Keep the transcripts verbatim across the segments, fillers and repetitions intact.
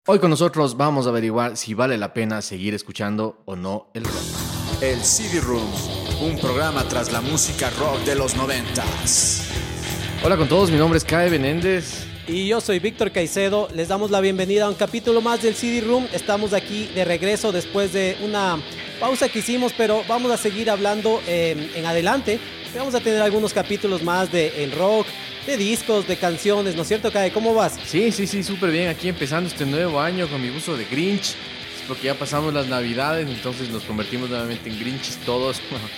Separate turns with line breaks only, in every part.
Hoy con nosotros vamos a averiguar si vale la pena seguir escuchando o no el rock.
El C D Room, un programa tras la música rock de los noventas.
Hola con todos, mi nombre es Kai Benéndez.
Y yo soy Víctor Caicedo, les damos la bienvenida a un capítulo más del C D Room. Estamos aquí de regreso después de una pausa que hicimos, pero vamos a seguir hablando eh, en adelante. Vamos a tener algunos capítulos más de el rock, de discos, de canciones, ¿no es cierto, Kai? ¿Cómo vas?
Sí, sí, sí, súper bien. Aquí empezando este nuevo año con mi gusto de Grinch. Es porque ya pasamos las Navidades, entonces nos convertimos nuevamente en Grinches todos.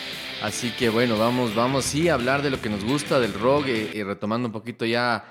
Así que bueno, vamos, vamos sí a hablar de lo que nos gusta, del rock, y, y retomando un poquito ya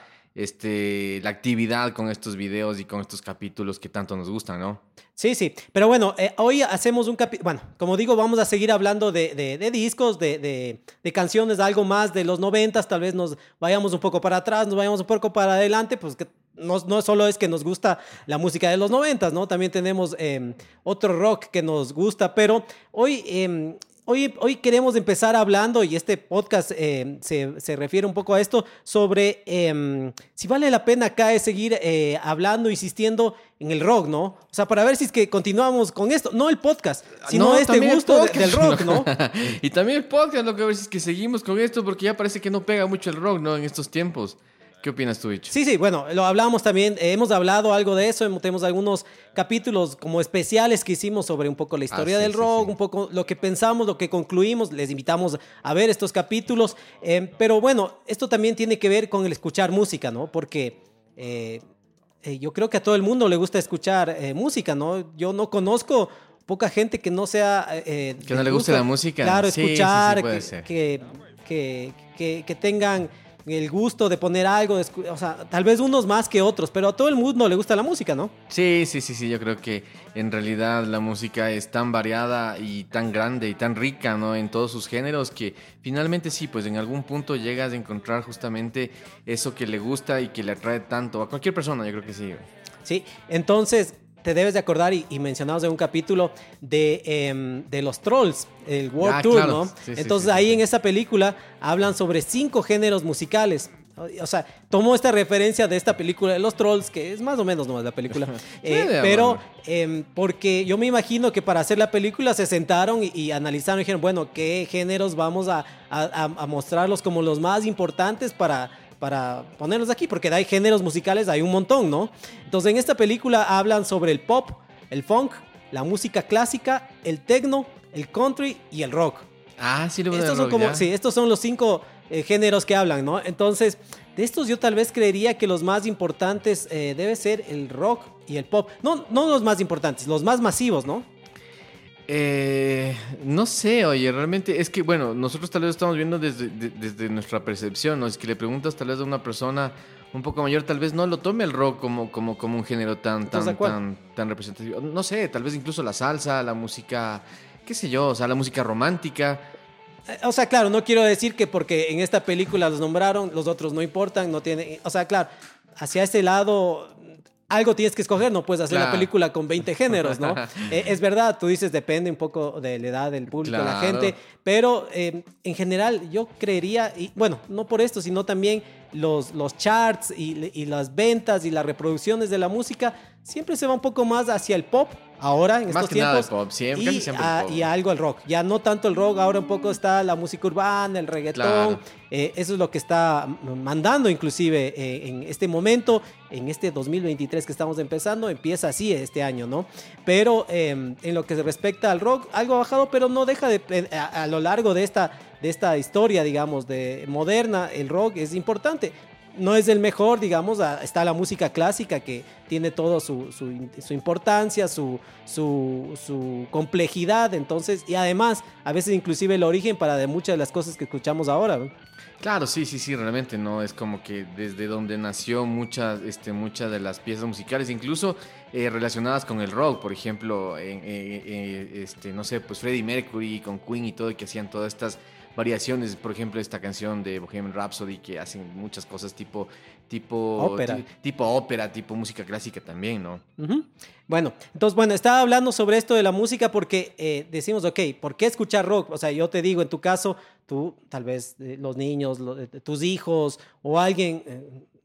este, la actividad con estos videos y con estos capítulos que tanto nos gustan, ¿no?
Sí, sí, pero bueno, eh, hoy hacemos un capítulo, bueno, como digo, vamos a seguir hablando de, de, de discos, de, de, de canciones, algo más de los noventas, tal vez nos vayamos un poco para atrás, nos vayamos un poco para adelante, pues que no, no solo es que nos gusta la música de los noventas, ¿no? También tenemos eh, otro rock que nos gusta, pero hoy... Eh, Hoy, hoy queremos empezar hablando, y este podcast eh, se, se refiere un poco a esto, sobre eh, si vale la pena acá es seguir eh, hablando, insistiendo en el rock, ¿no? O sea, para ver si es que continuamos con esto, no el podcast, sino
No,
este gusto de, del rock, ¿no?
Y también el podcast, lo que a ver si es que seguimos con esto, porque ya parece que no pega mucho el rock, ¿no? En estos tiempos. ¿Qué opinas tú, Bicho?
Sí, sí, bueno, lo hablamos también, eh, hemos hablado algo de eso, tenemos algunos capítulos como especiales que hicimos sobre un poco la historia
Ah, sí,
del
sí,
rock,
sí.
un poco lo que pensamos, lo que concluimos, les invitamos a ver estos capítulos, eh, pero bueno, esto también tiene que ver con el escuchar música, ¿no? Porque eh, eh, yo creo que a todo el mundo le gusta escuchar eh, música, ¿no? Yo no conozco poca gente que no sea... Eh,
Que no le guste la música.
Claro,
Sí, sí, sí,
escuchar,
puede
que,
ser.
que, que, que, que tengan el gusto de poner algo, de escu- o sea, tal vez unos más que otros, pero a todo el mundo le gusta la música, ¿no?
Sí, sí, sí, sí, yo creo que en realidad la música es tan variada y tan grande y tan rica, ¿no? En todos sus géneros que finalmente sí, pues en algún punto llegas a encontrar justamente eso que le gusta y que le atrae tanto a cualquier persona, yo creo que sí.
Sí, entonces te debes de acordar y, y mencionamos en un capítulo de, em, de los Trolls, el World
Ah,
Tour,
claro.
¿no?
Sí, sí,
Entonces
sí, sí,
ahí
sí.
en esa película hablan sobre cinco géneros musicales. O sea, tomó esta referencia de esta película de los Trolls, que es más o menos no la película, eh,
Sí,
pero
bueno.
eh, porque yo me imagino que para hacer la película se sentaron y, y analizaron y dijeron, bueno, ¿qué géneros vamos a, a, a mostrarlos como los más importantes para, para ponerlos aquí? Porque hay géneros musicales, hay un montón, ¿no? Entonces en esta película hablan sobre el pop, el funk, la música clásica, el techno, el country y el rock.
Ah, sí, le voy a
Estos
dar
son
rock,
como,
ya.
sí, estos son los cinco eh, géneros que hablan, ¿no? Entonces, de estos yo tal vez creería que los más importantes eh, debe ser el rock y el pop. No, no los más importantes, los más masivos, ¿no?
Eh, no sé, oye, realmente es que, bueno, nosotros tal vez estamos viendo desde, de- desde nuestra percepción, ¿no? Es que le preguntas tal vez a una persona un poco mayor, tal vez no lo tome el rock como, como, como un género tan,
¿Estás de
tan,
acuerdo?
tan, tan representativo. No sé, tal vez incluso la salsa, la música, qué sé yo, o sea, la música romántica.
Eh, O sea, claro, no quiero decir que porque en esta película los nombraron, los otros no importan, no tienen... O sea, claro, hacia ese lado algo tienes que escoger, no puedes hacer
Claro.
la película con veinte géneros, ¿no? Eh, es verdad, tú dices, depende un poco de la edad del público, de la
Claro.
gente, pero eh, en general yo creería, y bueno, no por esto, sino también los, los charts y, y las ventas y las reproducciones de la música siempre se va un poco más hacia el pop, ahora en
Más
estos
que nada
tiempos.
el pop, siempre,
y,
casi siempre el
a,
pop.
y algo al rock. Ya no tanto el rock, ahora un poco está la música urbana, el reggaetón.
Claro.
Eh, eso es lo que está mandando inclusive eh, en este momento, en este dos mil veintitrés que estamos empezando, empieza así este año, ¿no? Pero eh, en lo que respecta al rock, algo ha bajado, pero no deja de, eh, a, a lo largo de esta, de esta historia, digamos, de moderna, el rock es importante. No es el mejor, digamos, a- está la música clásica que tiene todo su, su, su importancia, su, su, su complejidad, entonces, y además, a veces inclusive el origen para de muchas de las cosas que escuchamos ahora, ¿no?
Claro, sí, sí, sí, realmente no es como que desde donde nació muchas, este, muchas de las piezas musicales, incluso eh, relacionadas con el rock, por ejemplo, en, eh, eh, este, no sé, pues Freddie Mercury con Queen y todo, y que hacían todas estas variaciones, por ejemplo, esta canción de Bohemian Rhapsody, que hacen muchas cosas tipo, tipo,
Ópera.
ti- tipo ópera, tipo música clásica también, ¿no?
Ujú. Bueno, entonces, bueno, estaba hablando sobre esto de la música porque eh, decimos, ok, ¿por qué escuchar rock? O sea, yo te digo, en tu caso, tú, tal vez eh, los niños, lo- eh, tus hijos o alguien, eh,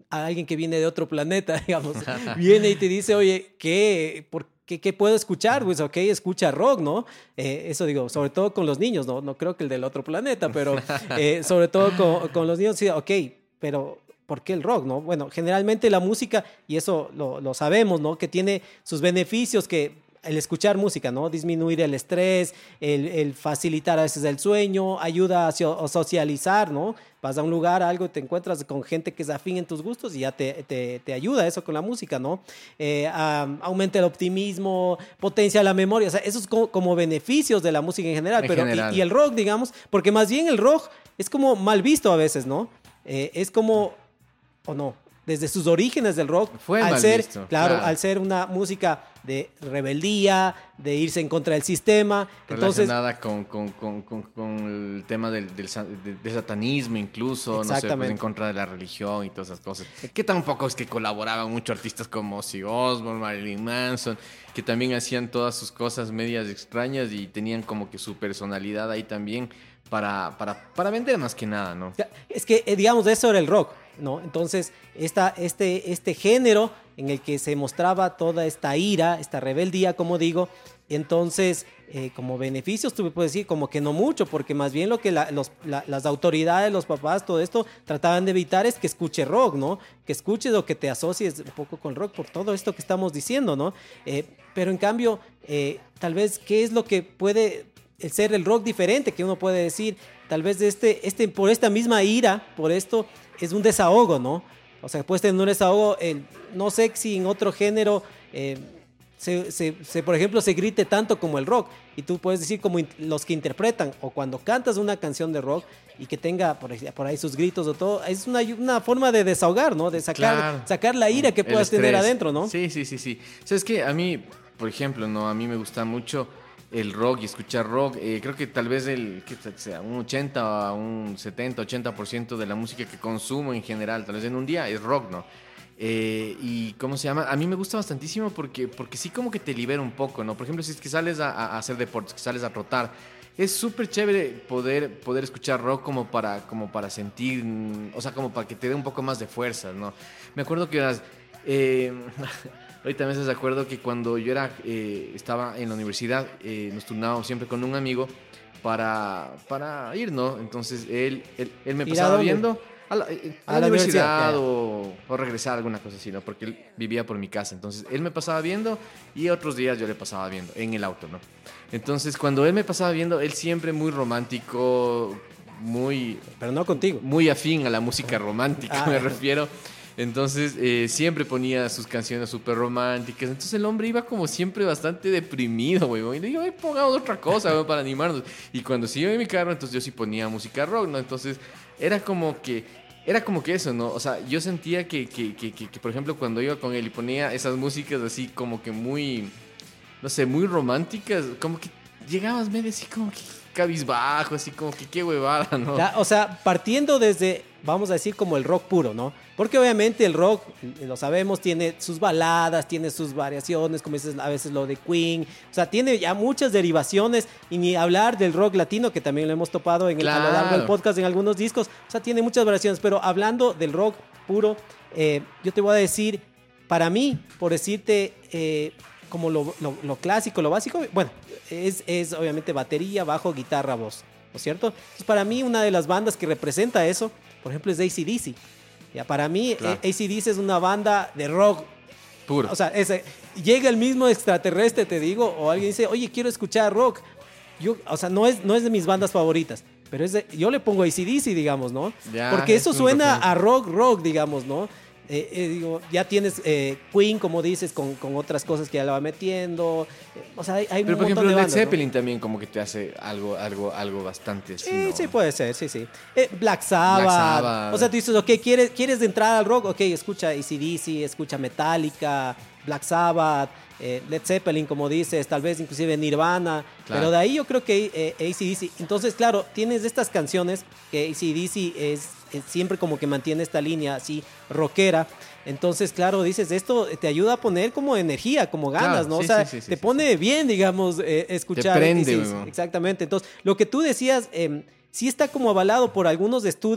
a alguien que viene de otro planeta, digamos, viene y te dice, oye, ¿qué? ¿Por qué? ¿Qué puedo escuchar? Pues ok, escucha rock, ¿no? Eh, eso digo, sobre todo con los niños, ¿no? No creo que el del otro planeta, pero eh, sobre todo con, con los niños, sí, ok, pero ¿por qué el rock, no? Bueno, generalmente la música, y eso lo, lo sabemos, ¿no? Que tiene sus beneficios, que el escuchar música, ¿no? Disminuir el estrés, el, el facilitar a veces el sueño, ayuda a, so, a socializar, ¿no? Vas a un lugar, algo, te encuentras con gente que es afín en tus gustos y ya te, te, te ayuda eso con la música, ¿no? Eh, um, aumenta el optimismo, potencia la memoria, o sea, esos como, como beneficios de la música en general,
En
pero
general.
Y, y el rock, digamos, porque más bien el rock es como mal visto a veces, ¿no? Eh, es como, o no, desde sus orígenes del rock,
Fue
al
mal
ser,
visto,
claro,
claro.
al ser una música de rebeldía, de irse en contra del sistema, entonces,
Relacionada con, con, con, con, con el tema del, del, sa- de- del satanismo incluso, no sé, pues
Exactamente.
en contra de la religión y todas esas cosas. Que tampoco es que colaboraban mucho artistas como Ozzy Osbourne, Marilyn Manson, que también hacían todas sus cosas medias extrañas y tenían como que su personalidad ahí también para, para, para vender más que nada, ¿no?
es que, eh, digamos, eso era el rock, ¿no? Entonces, esta, este, este género en el que se mostraba toda esta ira, esta rebeldía, como digo, entonces, eh, como beneficios, tú me puedes decir, como que no mucho, porque más bien lo que la, los, la, las autoridades, los papás, todo esto, trataban de evitar es que escuche rock, ¿no? Que escuches o que te asocies un poco con rock por todo esto que estamos diciendo, ¿no? Eh, pero en cambio, eh, tal vez, ¿qué es lo que puede ser el rock diferente? Que uno puede decir, tal vez de este, este, por esta misma ira, por esto, es un desahogo, ¿no? O sea, puedes tener un desahogo, eh, no sé si en otro género, eh, se, se, se, por ejemplo, se grite tanto como el rock, y tú puedes decir como in- los que interpretan, o cuando cantas una canción de rock y que tenga por ahí, por ahí sus gritos o todo, es una, una forma de desahogar, ¿no? De sacar,
Claro.
sacar la ira que
El
puedas tener
estrés.
adentro, ¿no?
Sí, sí, sí, sí. ¿Sabes qué? A mí, por ejemplo, no, a mí me gusta mucho el rock y escuchar rock. Eh, creo que tal vez el, que sea un ochenta, un setenta, ochenta por ciento de la música que consumo en general, tal vez en un día, es rock, ¿no? Eh, y ¿cómo se llama? A mí me gusta bastantísimo porque, porque sí como que te libera un poco, ¿no? Por ejemplo, si es que sales a, a hacer deportes, que sales a trotar, es súper chévere poder, poder escuchar rock como para, como para sentir, o sea, como para que te dé un poco más de fuerzas, ¿no? Me acuerdo que eras... Eh, ahorita me haces acuerdo que cuando yo era, eh, estaba en la universidad, eh, nos turnábamos siempre con un amigo para, para ir, ¿no? Entonces él, él, él me
¿Ir a
pasaba
dónde?
viendo a la, eh, a
A
la
la
universidad,
universidad, ya.
o, o regresar, alguna cosa así, ¿no? Porque él vivía por mi casa. Entonces él me pasaba viendo y otros días yo le pasaba viendo en el auto, ¿no? Entonces cuando él me pasaba viendo, él siempre muy romántico, muy,
Pero no contigo.
muy afín a la música romántica,
Ah.
me refiero. Entonces eh, siempre ponía sus canciones súper románticas. Entonces el hombre iba como siempre bastante deprimido, güey. Y le digo, "Ay, pongamos otra cosa, güey, para animarnos". Y cuando sí iba en mi carro, entonces yo sí ponía música rock, ¿no? Entonces era como que, era como que eso, ¿no? O sea, yo sentía que, que, que, que, que, por ejemplo, cuando iba con él y ponía esas músicas así como que muy, no sé, muy románticas, como que llegabas medio así como que cabizbajo, así como que qué huevada, ¿no?
Ya, o sea, partiendo desde, vamos a decir, como el rock puro, ¿no? Porque obviamente el rock, lo sabemos, tiene sus baladas, tiene sus variaciones, como dices, a veces lo de Queen, o sea, tiene ya muchas derivaciones, y ni hablar del rock latino, que también lo hemos topado en el, a lo largo del
Claro.
podcast en algunos discos, o sea, tiene muchas variaciones, pero hablando del rock puro, eh, yo te voy a decir, para mí, por decirte, eh, como lo, lo, lo clásico, lo básico, bueno, es, es obviamente batería, bajo, guitarra, voz, ¿no es cierto? Entonces, para mí, una de las bandas que representa eso, por ejemplo, es A C D C. Ya, para mí,
Claro.
A C D C es una banda de rock.
Puro.
O sea, ese, llega el mismo extraterrestre, te digo, o alguien dice, oye, quiero escuchar rock. Yo, o sea, no es, no es de mis bandas favoritas, pero es de, yo le pongo A C D C, digamos, ¿no?
Ya,
Porque
es
eso
un
suena
referente.
a rock, rock, digamos, ¿no? Eh, eh, digo, ya tienes eh, Queen, como dices, con, con otras cosas que ya la va metiendo. Eh, o sea, hay, hay
Pero
un
por
montón
ejemplo,
de
Led
bandas, ¿no?
Zeppelin también como que te hace algo, algo, algo bastante así,
Sí,
¿no?
sí, puede ser, sí, sí. Eh, Black Sabbath.
Black Sabbath.
O sea, tú dices, ok, ¿quieres, ¿quieres entrar al rock? Ok, escucha A C D C, escucha Metallica, Black Sabbath, eh, Led Zeppelin, como dices, tal vez inclusive Nirvana.
Claro.
Pero de ahí yo creo que eh, A C D C. Entonces, claro, tienes estas canciones que A C D C es, es siempre como que mantiene esta línea así rockera. Entonces, claro, dices, esto te ayuda a poner como energía, como ganas,
Claro,
¿no?
sí,
o sea,
sí, sí, sí,
te
sí,
pone bien, digamos, eh, escuchar.
prende,
A C D C.
weón.
Exactamente. Entonces, lo que tú decías, eh, sí está como avalado por algunos estudios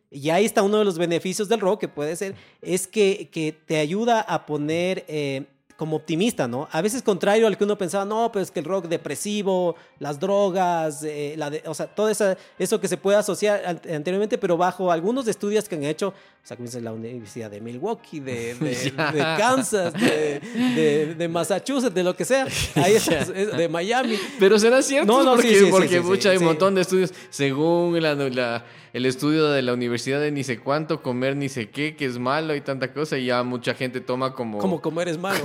y ahí está uno de los beneficios del rock, que puede ser, es que, que te ayuda a poner... Eh, como optimista, ¿no? A veces contrario al que uno pensaba, no, pero es que el rock depresivo, las drogas, eh, la de, o sea, todo esa, eso que se puede asociar anteriormente, pero bajo algunos estudios que han hecho, o sea, como dice la Universidad de Milwaukee, de, de, de Kansas, de, de, de Massachusetts, de lo que sea, ahí es, es de Miami.
Pero será cierto,
no, no,
porque,
sí, sí,
porque
sí, sí,
mucha,
sí,
hay un
sí.
montón de estudios, según la, la, el estudio de la universidad de ni sé cuánto, comer ni sé qué, que es malo y tanta cosa, y ya mucha gente toma como...
Como comer es malo.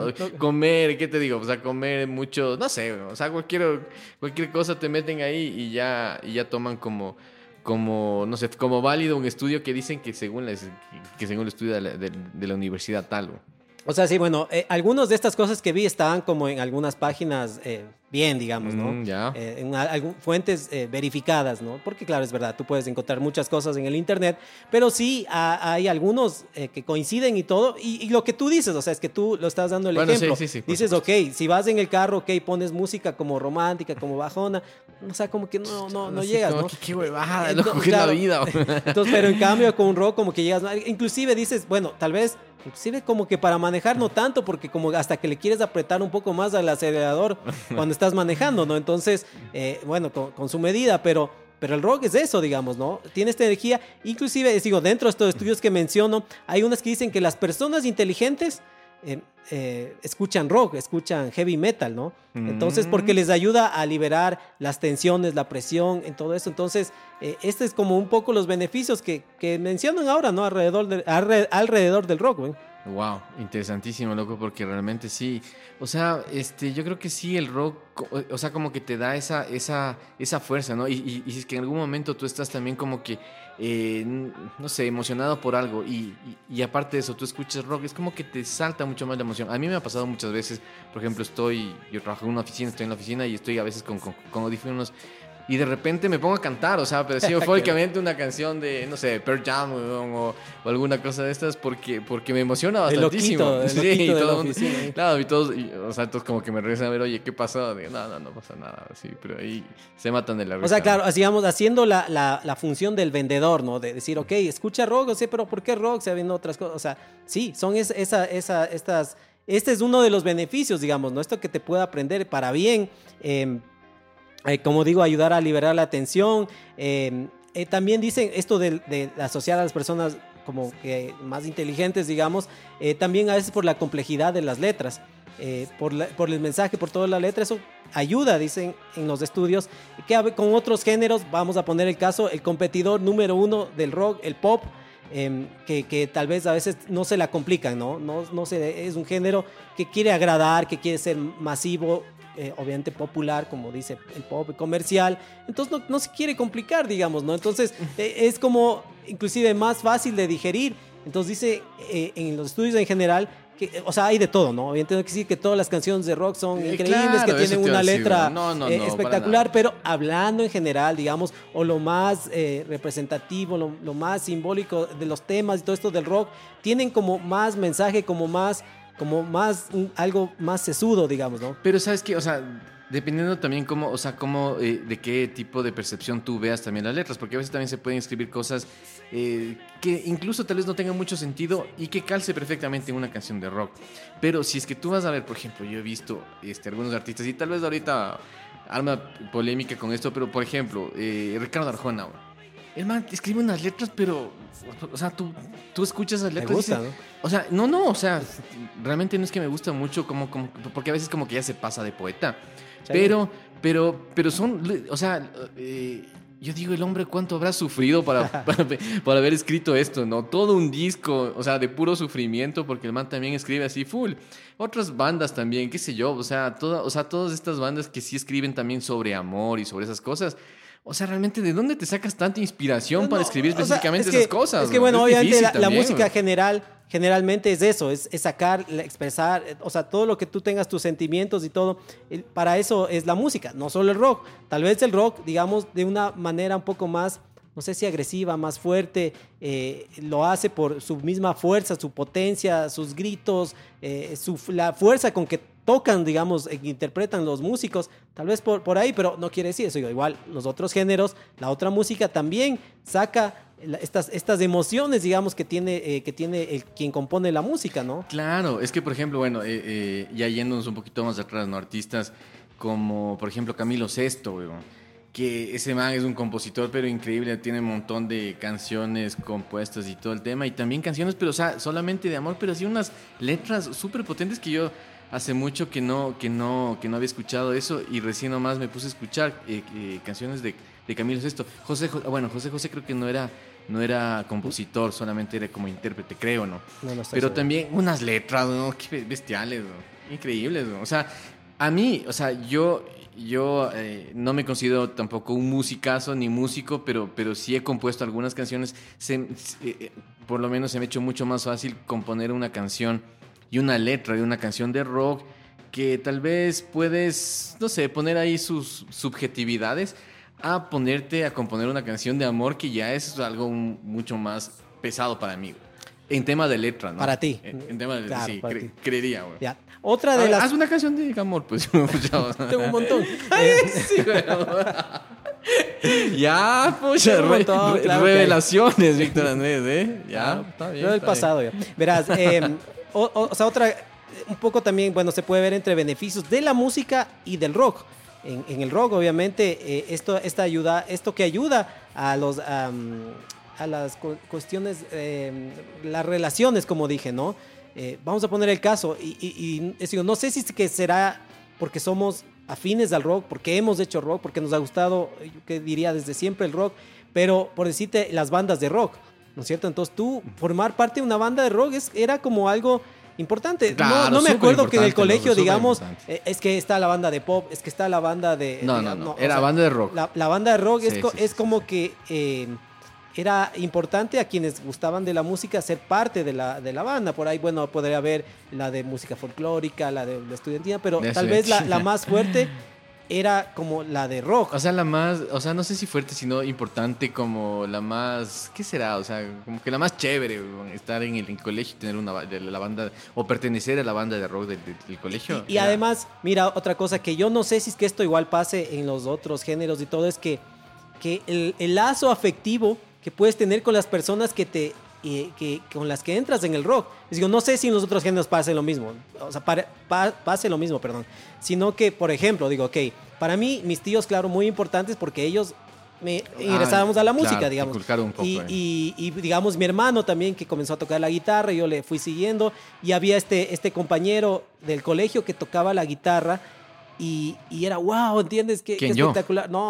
Comer, ¿qué te digo? O sea, comer mucho, no sé, o sea, cualquier, cualquier cosa te meten ahí y ya, y ya toman como, como, no sé, como válido un estudio que dicen que según, la, que según el estudio de la, de, de la universidad tal.
O sea, sí, bueno, eh, algunas de estas cosas que vi estaban como en algunas páginas eh, bien, digamos, ¿no?
Mm, ya.
Eh, en algún, fuentes eh, verificadas, ¿no? Porque claro, es verdad, tú puedes encontrar muchas cosas en el internet, pero sí a, hay algunos eh, que coinciden y todo, y, y lo que tú dices, o sea, es que tú lo estás dando el
Bueno,
ejemplo.
sí, sí, sí,
Dices,
supuesto.
ok, si vas en el carro, ok, pones música como romántica, como bajona, o sea, como que no, no, no
Así
llegas,
como
¿no?
que qué huevada,
Eh,
loco,
no,
que es la
claro.
vida.
Entonces, pero en cambio con un rock como que llegas, inclusive dices, bueno, tal vez, inclusive como que para manejar no tanto, porque como hasta que le quieres apretar un poco más al acelerador cuando estás manejando, ¿no? Entonces, eh, bueno, con, con su medida, pero... Pero el rock es eso, digamos, ¿no? Tiene esta energía. Inclusive, digo, dentro de estos estudios que menciono, hay unas que dicen que las personas inteligentes eh, eh, escuchan rock, escuchan heavy metal, ¿no? Entonces, porque les ayuda a liberar las tensiones, la presión, en todo eso. Entonces, eh, este es como un poco los beneficios que, que mencionan ahora, ¿no? Alrededor, de, alre, alrededor del rock, ¿no?
Wow, interesantísimo, loco, porque realmente sí, o sea, este, yo creo que sí el rock, o sea, como que te da esa, esa, esa fuerza, ¿no? Y, y, y si es que en algún momento tú estás también como que, eh, no sé, emocionado por algo y, y, y aparte de eso tú escuchas rock, es como que te salta mucho más la emoción. A mí me ha pasado muchas veces, por ejemplo, estoy, yo trabajo en una oficina, estoy en la oficina y estoy a veces con, con, con audífonos. Y de repente me pongo a cantar, o sea, pero sí eufóricamente una canción de, no sé, Pearl Jam o, o alguna cosa de estas porque, porque me emociona bastantísimo.
El loquito, el
sí,
loquito
y
de
todo
la
el mundo-
oficina, ¿eh?
Claro, y todos, y, o sea, todos como que me regresan a ver, oye, ¿qué pasó? Digo, no, no, no pasa nada, sí, pero ahí se matan de la risa.
O sea, claro, así, digamos, haciendo la, la, la función del vendedor, ¿no? De decir, ok, escucha rock, o sea, pero ¿por qué rock? Se viendo otras cosas. O sea, sí, son es, esa, esa, estas... Este es uno de los beneficios, digamos, ¿no? Esto que te puede aprender para bien. Eh, eh, como digo, ayudar a liberar la tensión. Eh, eh, también dicen esto de, de asociar a las personas como que más inteligentes, digamos, eh, también a veces por la complejidad de las letras. Eh, por, la, por el mensaje, por toda la letra, eso ayuda, dicen en los estudios, que con otros géneros, vamos a poner el caso, el competidor número uno del rock, el pop, eh, que, que tal vez a veces no se la complican, ¿no? No, no se, es un género que quiere agradar, que quiere ser masivo, eh, obviamente popular, como dice el pop comercial, entonces no, no se quiere complicar, digamos, ¿no? Entonces eh, es como inclusive más fácil de digerir. Entonces dice eh, en los estudios en general que, o sea, hay de todo, ¿no? Obviamente no quiere decir que todas las canciones de rock son
Eh,
increíbles,
claro,
que
eso
tienen
te iba
una
a decir,
letra
no, no,
eh,
no,
espectacular,
para
pero hablando en general, digamos, o lo más eh, representativo, lo, lo más simbólico de los temas y todo esto del rock, tienen como más mensaje, como más, como más, un, algo más sesudo, digamos, ¿no?
Pero ¿sabes qué? O sea, dependiendo también cómo, o sea, cómo, eh, de qué tipo de percepción tú veas también las letras, porque a veces también se pueden escribir cosas eh, que incluso tal vez no tengan mucho sentido y que calce perfectamente en una canción de rock. Pero si es que tú vas a ver, por ejemplo, yo he visto este, algunos artistas y tal vez ahorita arma polémica con esto, pero por ejemplo, eh, Ricardo Arjona, güey. El man escribe unas letras, pero, o sea, tú, tú escuchas esas letras.
Me gusta,
y dices,
¿no?
O sea, no, no, o sea, realmente no es que me gusta mucho, como, como, porque a veces como que ya se pasa de poeta.
Sí.
Pero, pero, pero son, o sea, eh, yo digo, el hombre cuánto habrá sufrido para, para, para haber escrito esto, ¿no? Todo un disco, o sea, de puro sufrimiento, porque el man también escribe así full. Otras bandas también, qué sé yo, o sea, toda, o sea, todas estas bandas que sí escriben también sobre amor y sobre esas cosas. O sea, realmente, ¿de dónde te sacas tanta inspiración
No,
para escribir
o sea,
específicamente
es que-
esas cosas?
Es que, bueno,
Es
obviamente la,
difícil
la
también,
música
güey.
general, generalmente es eso, es, es sacar, la- expresar, eh, o sea, todo lo que tú tengas, tus sentimientos y todo, el- para eso es la música, no solo el rock. Tal vez el rock, digamos, de una manera un poco más, no sé si agresiva, más fuerte, eh, lo hace por su misma fuerza, su potencia, sus gritos, eh, su, la fuerza con que tocan, digamos, e interpretan los músicos, tal vez por, por ahí, pero no quiere decir eso. Igual los otros géneros, la otra música también saca estas, estas emociones, digamos, que tiene, eh, que tiene el, quien compone la música, ¿no?
Claro, es que, por ejemplo, bueno, eh, eh, ya yéndonos un poquito más atrás, ¿no? Artistas como, por ejemplo, Camilo Sesto, weón, que ese man es un compositor, pero increíble, tiene un montón de canciones compuestas y todo el tema, y también canciones, pero o sea, solamente de amor, pero así unas letras súper potentes que yo hace mucho que no, que no, que no había escuchado eso, y recién nomás me puse a escuchar eh, eh, canciones de, de Camilo Sesto. José, bueno, José José creo que no era, no era compositor, solamente era como intérprete, creo, ¿no? no, no pero seguro. También unas letras, ¿no? Qué bestiales, ¿no? Increíbles, ¿no? O sea, a mí, o sea, yo... Yo eh, no me considero tampoco un musicazo ni músico, pero, pero sí he compuesto algunas canciones. Se, eh, por lo menos se me ha hecho mucho más fácil componer una canción y una letra de una canción de rock que tal vez puedes, no sé, poner ahí sus subjetividades a ponerte a componer una canción de amor que ya es algo mucho más pesado para mí. En tema de letra, ¿no?
Para ti.
En, en tema de letra, claro, sí, cre- creería, güey.
Ya. Otra de
ver,
las...
Haz una canción de amor, pues.
Tengo un montón.
Ay, sí, güey. Ya, pucha, re, montón, re, claro revelaciones, que... Víctor Andrés, ¿eh? Ya, claro, está bien.
Yo del pasado, bien. Ya. Verás, eh, o, o, o sea, otra, un poco también, bueno, se puede ver entre beneficios de la música y del rock. En, en el rock, obviamente, eh, esto, esta ayuda, esto que ayuda a los... Um, a las cu- cuestiones, eh, las relaciones, como dije, ¿no? Eh, vamos a poner el caso, y, y, y es, digo, no sé si es que será porque somos afines al rock, porque hemos hecho rock, porque nos ha gustado, yo que diría desde siempre el rock, pero por decirte, las bandas de rock, ¿no es cierto? Entonces tú, formar parte de una banda de rock es, era como algo importante.
Claro,
no, no me acuerdo que en el colegio,
no,
digamos, eh, es que está la banda de pop, es que está la banda de...
No,
digamos,
no, no,
no,
era
o sea,
banda de rock.
La, la banda de rock sí, es, co-
sí,
es
sí,
como
sí.
que... Eh, era importante a quienes gustaban de la música ser parte de la, de la banda. Por ahí, bueno, podría haber la de música folclórica, la de la estudiantina, pero Eso tal vez la, la más fuerte era como la de rock.
O sea, la más, o sea, no sé si fuerte, sino importante, como la más, ¿qué será? O sea, como que la más chévere, estar en el, en el colegio y tener una de la banda, o pertenecer a la banda de rock del, del, del colegio.
Y, y además, mira, otra cosa que yo no sé si es que esto igual pase en los otros géneros y todo, es que, que el, el lazo afectivo que puedes tener con las personas que te, eh, que, con las que entras en el rock. Les digo, no sé si en los otros géneros pase lo mismo, o sea, para, pa, pase lo mismo, perdón, sino que, por ejemplo, digo, ok, para mí, mis tíos, claro, muy importantes porque ellos me ingresábamos ah, a la música, claro, digamos.
Un poco,
y,
eh.
y, y, digamos, mi hermano también, que comenzó a tocar la guitarra, yo le fui siguiendo, y había este, este compañero del colegio que tocaba la guitarra. Y, y era wow, ¿entiendes? Qué,
¿Quién,
qué
yo?
espectacular. No.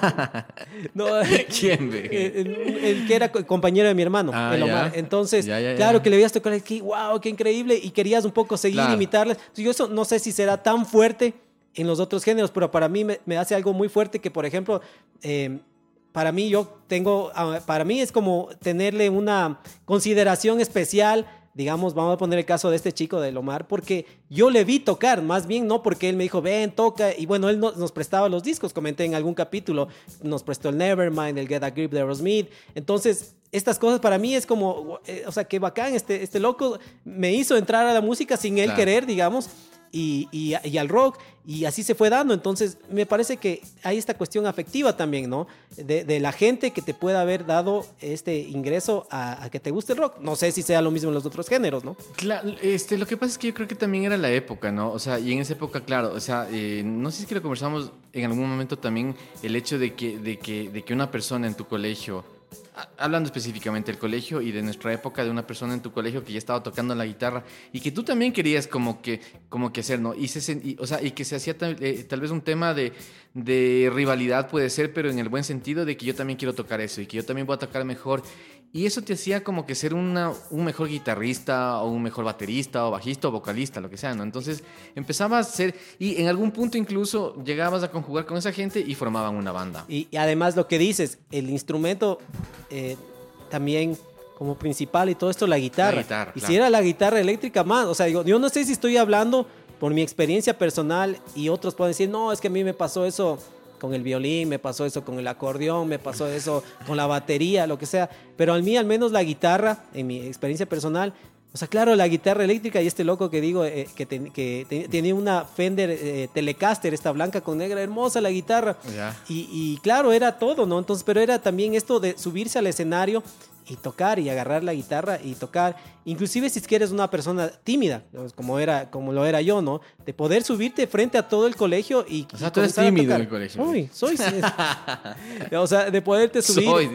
no.
¿Quién, ve?
El, el que era compañero de mi hermano,
ah,
el Omar.
Ya.
Entonces,
ya, ya, ya.
claro que le veías tocar, que wow, qué increíble, y querías un poco seguir, claro. imitarles. Entonces, yo eso no sé si será tan fuerte en los otros géneros, pero para mí me, me hace algo muy fuerte que, por ejemplo, eh, para mí yo tengo, para mí es como tenerle una consideración especial. Digamos, vamos a poner el caso de este chico, del Omar, porque yo le vi tocar, más bien no porque él me dijo, ven, toca, y bueno, él no, nos prestaba los discos, comenté en algún capítulo, nos prestó el Nevermind, el Get a Grip de Aerosmith. Entonces, estas cosas para mí es como, eh, o sea, qué bacán, este, este loco me hizo entrar a la música sin él claro. querer, digamos, y, y, y al rock, y así se fue dando. Entonces me parece que hay esta cuestión afectiva también, ¿no? De, de la gente que te pueda haber dado este ingreso a, a que te guste el rock. No sé si sea lo mismo en los otros géneros, ¿no?
Claro, este, lo que pasa es que yo creo que también era la época, ¿no? O sea, y en esa época, claro, o sea, eh, no sé si es que lo conversamos en algún momento también, el hecho de que, de que, de que una persona en tu colegio, hablando específicamente del colegio y de nuestra época, de una persona en tu colegio que ya estaba tocando la guitarra y que tú también querías como que, como que hacer, ¿no? Y, se, y, o sea, y que se hacía tal, eh, tal vez un tema de, de rivalidad, puede ser, pero en el buen sentido de que yo también quiero tocar eso y que yo también voy a tocar mejor. Y eso te hacía como que ser una, un mejor guitarrista o un mejor baterista o bajista o vocalista, lo que sea, ¿no? Entonces empezabas a ser, y en algún punto incluso llegabas a conjugar con esa gente y formaban una banda.
Y, y además lo que dices, el instrumento eh, también como principal y todo esto, la guitarra.
La guitarra,
y
claro.
si era la guitarra eléctrica más, o sea, yo, yo no sé si estoy hablando por mi experiencia personal y otros pueden decir, no, es que a mí me pasó eso con el violín, me pasó eso con el acordeón, me pasó eso con la batería, lo que sea. Pero a mí, al menos la guitarra, en mi experiencia personal, O sea, claro, la guitarra eléctrica y este loco que digo, eh, que, ten, que te, tenía una Fender eh, Telecaster, esta blanca con negra, hermosa la guitarra.
Ya.
Y, y claro, era todo, ¿no? Entonces, pero era también esto de subirse al escenario y tocar y agarrar la guitarra y tocar, inclusive si es que eres una persona tímida, como era, como lo era yo, ¿no? De poder subirte frente a todo el colegio y
O sea,
y
tú eres
comenzar a
tímido
tocar.
en el colegio.
Uy, soy. O sea, de poderte subir
Soy.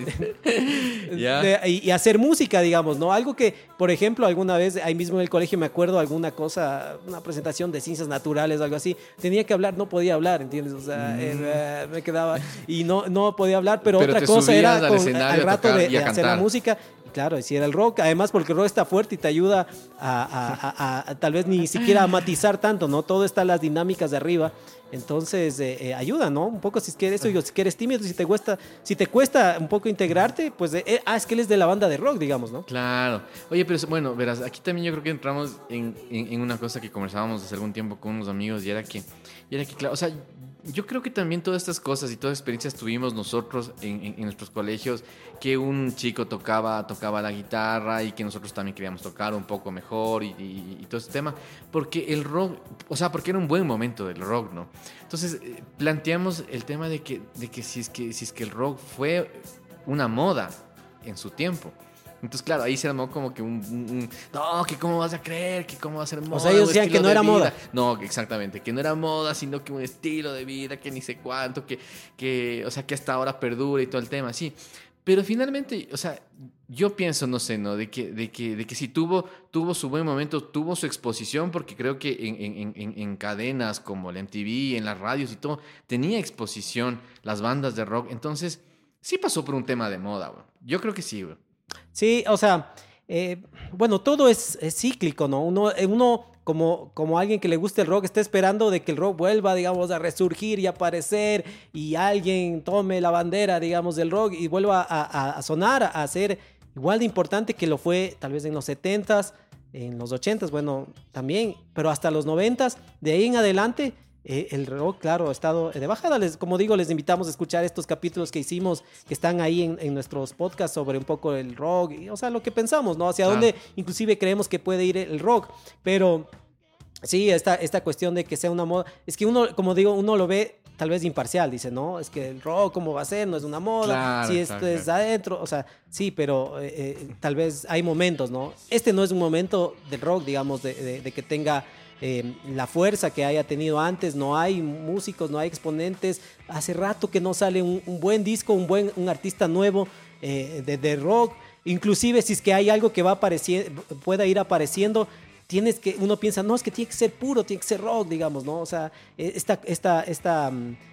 Ya.
de- y, y hacer música, digamos, ¿no? Algo que, por ejemplo, alguna vez ahí mismo en el colegio me acuerdo alguna cosa, una presentación de ciencias naturales, algo así, tenía que hablar, no podía hablar, ¿entiendes? O sea, era- me quedaba y no, no podía hablar, pero,
Pero
otra
te
cosa
subías
era
al
con-
escenario
al
a
rato
tocar
de,
y a
de hacer la
cantar.
música. Claro, si era el rock, además porque el rock está fuerte y te ayuda a, a- a- a- a tal vez ni siquiera a matizar tanto, ¿no? Todo está en las dinámicas de arriba, entonces eh, eh, ayuda, ¿no? Un poco si es que eres, digo, si que eres tímido, si te cuesta, si te cuesta un poco integrarte, pues, eh, eh, ah, es que él es de la banda de rock, digamos, ¿no?
Claro. Oye, pero bueno, verás, aquí también yo creo que entramos en, en- en una cosa que conversábamos hace algún tiempo con unos amigos y era que, y era que claro, o sea, yo creo que también todas estas cosas y todas las experiencias tuvimos nosotros en, en- en nuestros colegios, que un chico tocaba, tocaba la guitarra y que nosotros también queríamos tocar un poco mejor y, y- y todo ese tema, porque el rock, o sea, porque era un buen momento del rock, ¿no? Entonces, eh, planteamos el tema de que, de que, si es que si es que el rock fue una moda en su tiempo. Entonces, claro, ahí se armó como que un, un- un- no, que cómo vas a creer, que cómo va a ser moda.
sea, ellos
un
decían
estilo
que no
de
era
vida.
moda.
No, que exactamente, que no era moda, sino que un estilo de vida, que ni sé cuánto, que, que, o sea, que hasta ahora perdura y todo el tema, sí. Pero finalmente, o sea, yo pienso, no sé, ¿no? De que, de que, de que sí tuvo, tuvo su buen momento, tuvo su exposición, porque creo que en, en, en, en cadenas como el M T V, en las radios y todo, tenía exposición las bandas de rock. Entonces, sí pasó por un tema de moda, güey. Yo creo que sí, güey.
Sí, o sea, eh, bueno, todo es, es cíclico, ¿no? Uno, eh, uno como, como alguien que le gusta el rock, está esperando de que el rock vuelva, digamos, a resurgir y aparecer y alguien tome la bandera, digamos, del rock y vuelva a, a, a sonar, a ser igual de importante que lo fue tal vez en los setentas, en los ochentas, bueno, también, pero hasta los noventas, de ahí en adelante. Eh, el rock, claro, ha estado de bajada. Les, como digo, les invitamos a escuchar estos capítulos que hicimos, que están ahí en, en nuestros podcasts sobre un poco el rock, y, o sea, lo que pensamos, ¿no? Hacia
Claro.
dónde inclusive creemos que puede ir el rock. Pero sí, esta, esta cuestión de que sea una moda, es que uno, como digo, uno lo ve tal vez imparcial, dice, no, es que el rock, ¿cómo va a ser? No es una moda,
Claro,
si esto
claro,
es
claro.
adentro, o sea, sí, pero eh, eh, tal vez hay momentos, ¿no? Este no es un momento del rock, digamos, de, de, de que tenga eh, la fuerza que haya tenido antes, no hay músicos, no hay exponentes, hace rato que no sale un, un buen disco, un buen un artista nuevo eh, de, de rock, inclusive si es que hay algo que va apareciendo, pueda ir apareciendo, tienes que, uno piensa, no, es que tiene que ser puro, tiene que ser rock, digamos, ¿no? O sea, esta, esta, esta,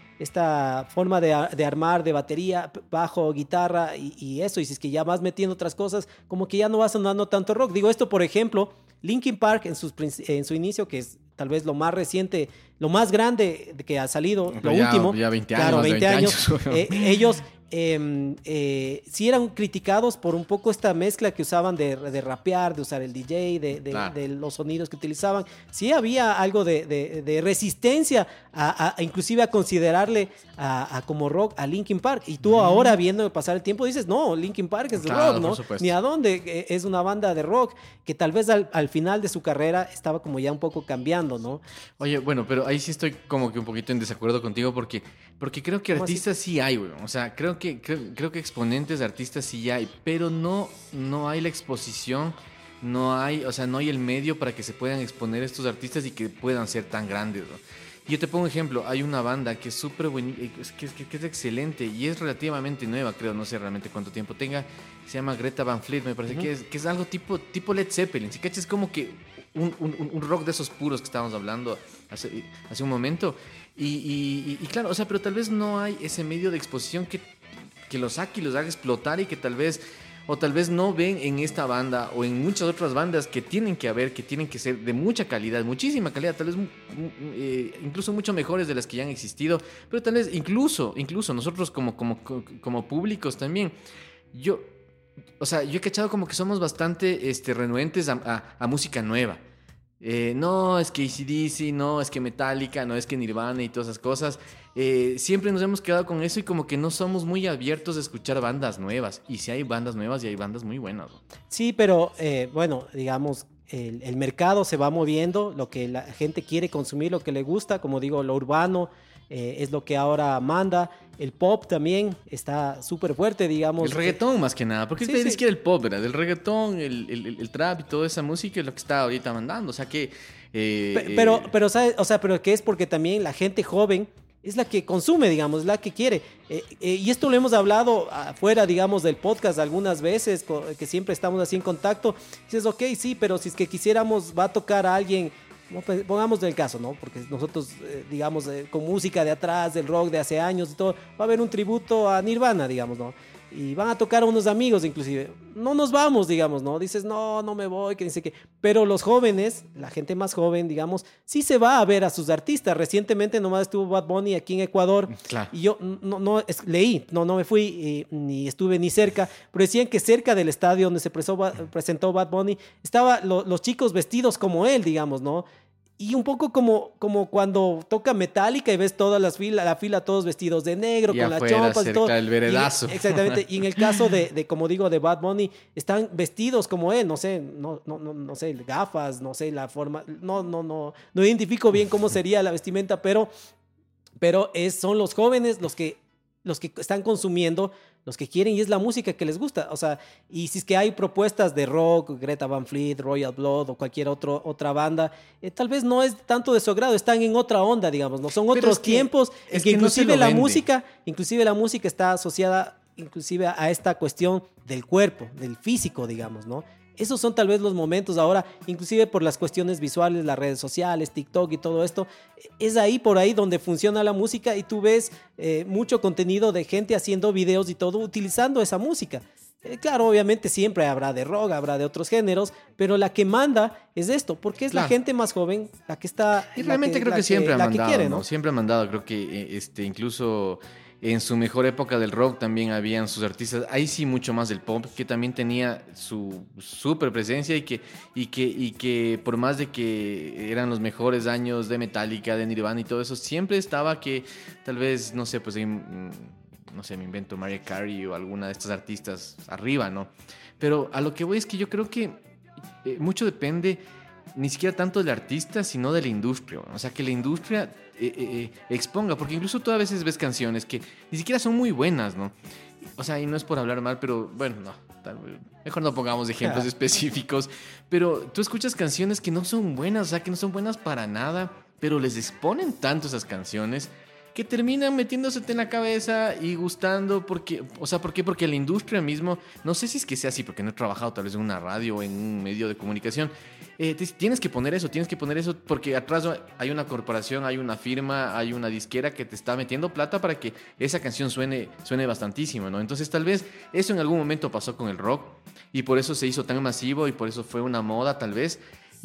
esta forma de, de armar de batería, bajo, guitarra y, y eso, y si es que ya vas metiendo otras cosas, como que ya no va sonando tanto rock. Digo esto, por ejemplo, Linkin Park en, sus, en su inicio, que es tal vez lo más reciente, lo más grande que ha salido,
Pero
lo
ya-
último.
ya veinte
claro,
años,
veinte
veinte
años.
años.
eh, ellos eh, eh, sí eran criticados por un poco esta mezcla que usaban de, de rapear, de usar el D J, de, de,
Claro.
de los sonidos que utilizaban. Sí había algo de, de, de resistencia, a, a- a inclusive a considerarle a, a como rock a Linkin Park. Y tú ahora viendo pasar el tiempo dices, no, Linkin Park es
Claro,
rock,
por
¿no?
supuesto.
Ni a dónde, eh, es una banda de rock que tal vez al, al final de su carrera estaba como ya un poco cambiando, ¿no?
Oye, bueno, pero ahí sí estoy como que un poquito en desacuerdo contigo porque, porque creo que
¿Cómo así?
artistas sí hay, güey. O sea, creo que, creo, creo que exponentes de artistas sí hay, pero no, no hay la exposición, no hay, o sea, no hay el medio para que se puedan exponer estos artistas y que puedan ser tan grandes, ¿no? Yo te pongo un ejemplo, hay una banda que es súper buena, que, que, que es excelente y es relativamente nueva, creo, no sé realmente cuánto tiempo tenga, se llama Greta Van Fleet, me parece uh-huh. que, es, que es algo tipo, tipo Led Zeppelin, ¿sí cachas? Es como que un, un, un rock de esos puros que estábamos hablando hace, hace un momento. Y, y, y claro, o sea, pero tal vez no hay ese medio de exposición que, que los saque y los haga explotar y que tal vez... O tal vez no ven en esta banda o en muchas otras bandas que tienen que haber, que tienen que ser de mucha calidad, muchísima calidad, tal vez eh, incluso mucho mejores de las que ya han existido, pero tal vez incluso, incluso nosotros como, como, como públicos también, yo, o sea, yo he cachado como que somos bastante este, renuentes a, a, a música nueva. eh, no, es que A C D C, no, es que Metallica, no, es que Nirvana y todas esas cosas. Eh, siempre nos hemos quedado con eso y como que no somos muy abiertos a escuchar bandas nuevas. Y sí hay bandas nuevas y hay bandas muy buenas, ¿no?
Sí, pero eh, bueno, digamos, el, el mercado se va moviendo, lo que la gente quiere consumir, lo que le gusta, como digo, lo urbano eh, es lo que ahora manda. El pop también está súper fuerte, digamos.
El reggaetón más que nada, porque
Sí,
es
sí.
sí. que el pop, ¿verdad? El reggaetón, el, el, el, el trap y toda esa música es lo que está ahorita mandando. O sea que... Eh,
Pe- Pero,
eh,
pero, ¿sabes? O sea, pero que es porque también la gente joven es la que consume, digamos, es la que quiere. Eh, eh, y esto lo hemos hablado afuera, digamos, del podcast algunas veces, co- que siempre estamos así en contacto. Dices, ok, sí, pero si es que quisiéramos, va a tocar a alguien, no, pues, pongamos del caso, ¿no? Porque nosotros, eh, digamos, eh, con música de atrás, del rock de hace años y todo, va a haber un tributo a Nirvana, digamos, ¿no? Y van a tocar a unos amigos inclusive. No nos vamos, digamos, ¿no? Dices, no, no me voy, que dice que... Pero los jóvenes, la gente más joven, digamos, sí se va a ver a sus artistas. Recientemente nomás estuvo Bad Bunny aquí en Ecuador.
Claro.
Y yo no, no es, leí, no, no me fui, eh, ni estuve ni cerca, pero decían que cerca del estadio donde se presó, presentó Bad Bunny, estaban lo, los chicos vestidos como él, digamos, ¿no? Y un poco como, como cuando toca Metallica y ves todas las filas, la fila todos vestidos de negro,
Y
con las
afuera,
chompas y
cerca
todo.
del veredazo.
Y, exactamente. Y en el caso de, de, como digo, de Bad Bunny, están vestidos como él, no sé, no, no, no, no sé, gafas, no sé, la forma, no, no, no, no identifico bien cómo sería la vestimenta, pero, pero es, son los jóvenes los que, los que están consumiendo, los que quieren, y es la música que les gusta. O sea, y si es que hay propuestas de rock, Greta Van Fleet, Royal Blood o cualquier otro, otra banda, eh, tal vez no es tanto de su agrado, están en otra onda, digamos, ¿no? Son
Pero
otros
es que-
tiempos,
es
en que
que no se
inclusive
lo
la
vende.
música, inclusive la música está asociada inclusive a esta cuestión del cuerpo, del físico, digamos, ¿no? Esos son tal vez los momentos ahora, inclusive por las cuestiones visuales, las redes sociales, TikTok y todo esto, es ahí por ahí donde funciona la música y tú ves eh, mucho contenido de gente haciendo videos y todo utilizando esa música. Eh, claro, obviamente siempre habrá de rock, habrá de otros géneros, pero la que manda es esto, porque es
Claro.
la gente más joven la que está...
Y
la
realmente creo
la
que, siempre ha
la que
mandado,
quiere,
¿no?
¿no?
Siempre ha mandado. Creo que eh, este, incluso en su mejor época del rock también habían sus artistas. Ahí sí mucho más del pop, que también tenía su súper presencia y que, y, que, y que por más de que eran los mejores años de Metallica, de Nirvana y todo eso, siempre estaba que tal vez, no sé, pues en, no sé, me invento Mariah Carey o alguna de estas artistas arriba, ¿no? Pero a lo que voy es que yo creo que eh, mucho depende ni siquiera tanto del artista, sino de la industria. O sea, que la industria eh, eh, exponga, porque incluso tú a veces ves canciones que ni siquiera son muy buenas, ¿no? O sea, y no es por hablar mal, pero bueno, no, tal, mejor no pongamos ejemplos específicos, pero tú escuchas canciones que no son buenas, o sea, que no son buenas para nada, pero les exponen tanto esas canciones que terminan metiéndosete en la cabeza y gustando, porque, o sea, ¿por qué? Porque la industria mismo, no sé si es que sea así, porque no he trabajado tal vez en una radio o en un medio de comunicación, eh, te, tienes que poner eso, tienes que poner eso, porque atrás hay una corporación, hay una firma, hay una disquera que te está metiendo plata para que esa canción suene, suene bastantísimo, ¿no? Entonces tal vez eso en algún momento pasó con el rock y por eso se hizo tan masivo y por eso fue una moda tal vez.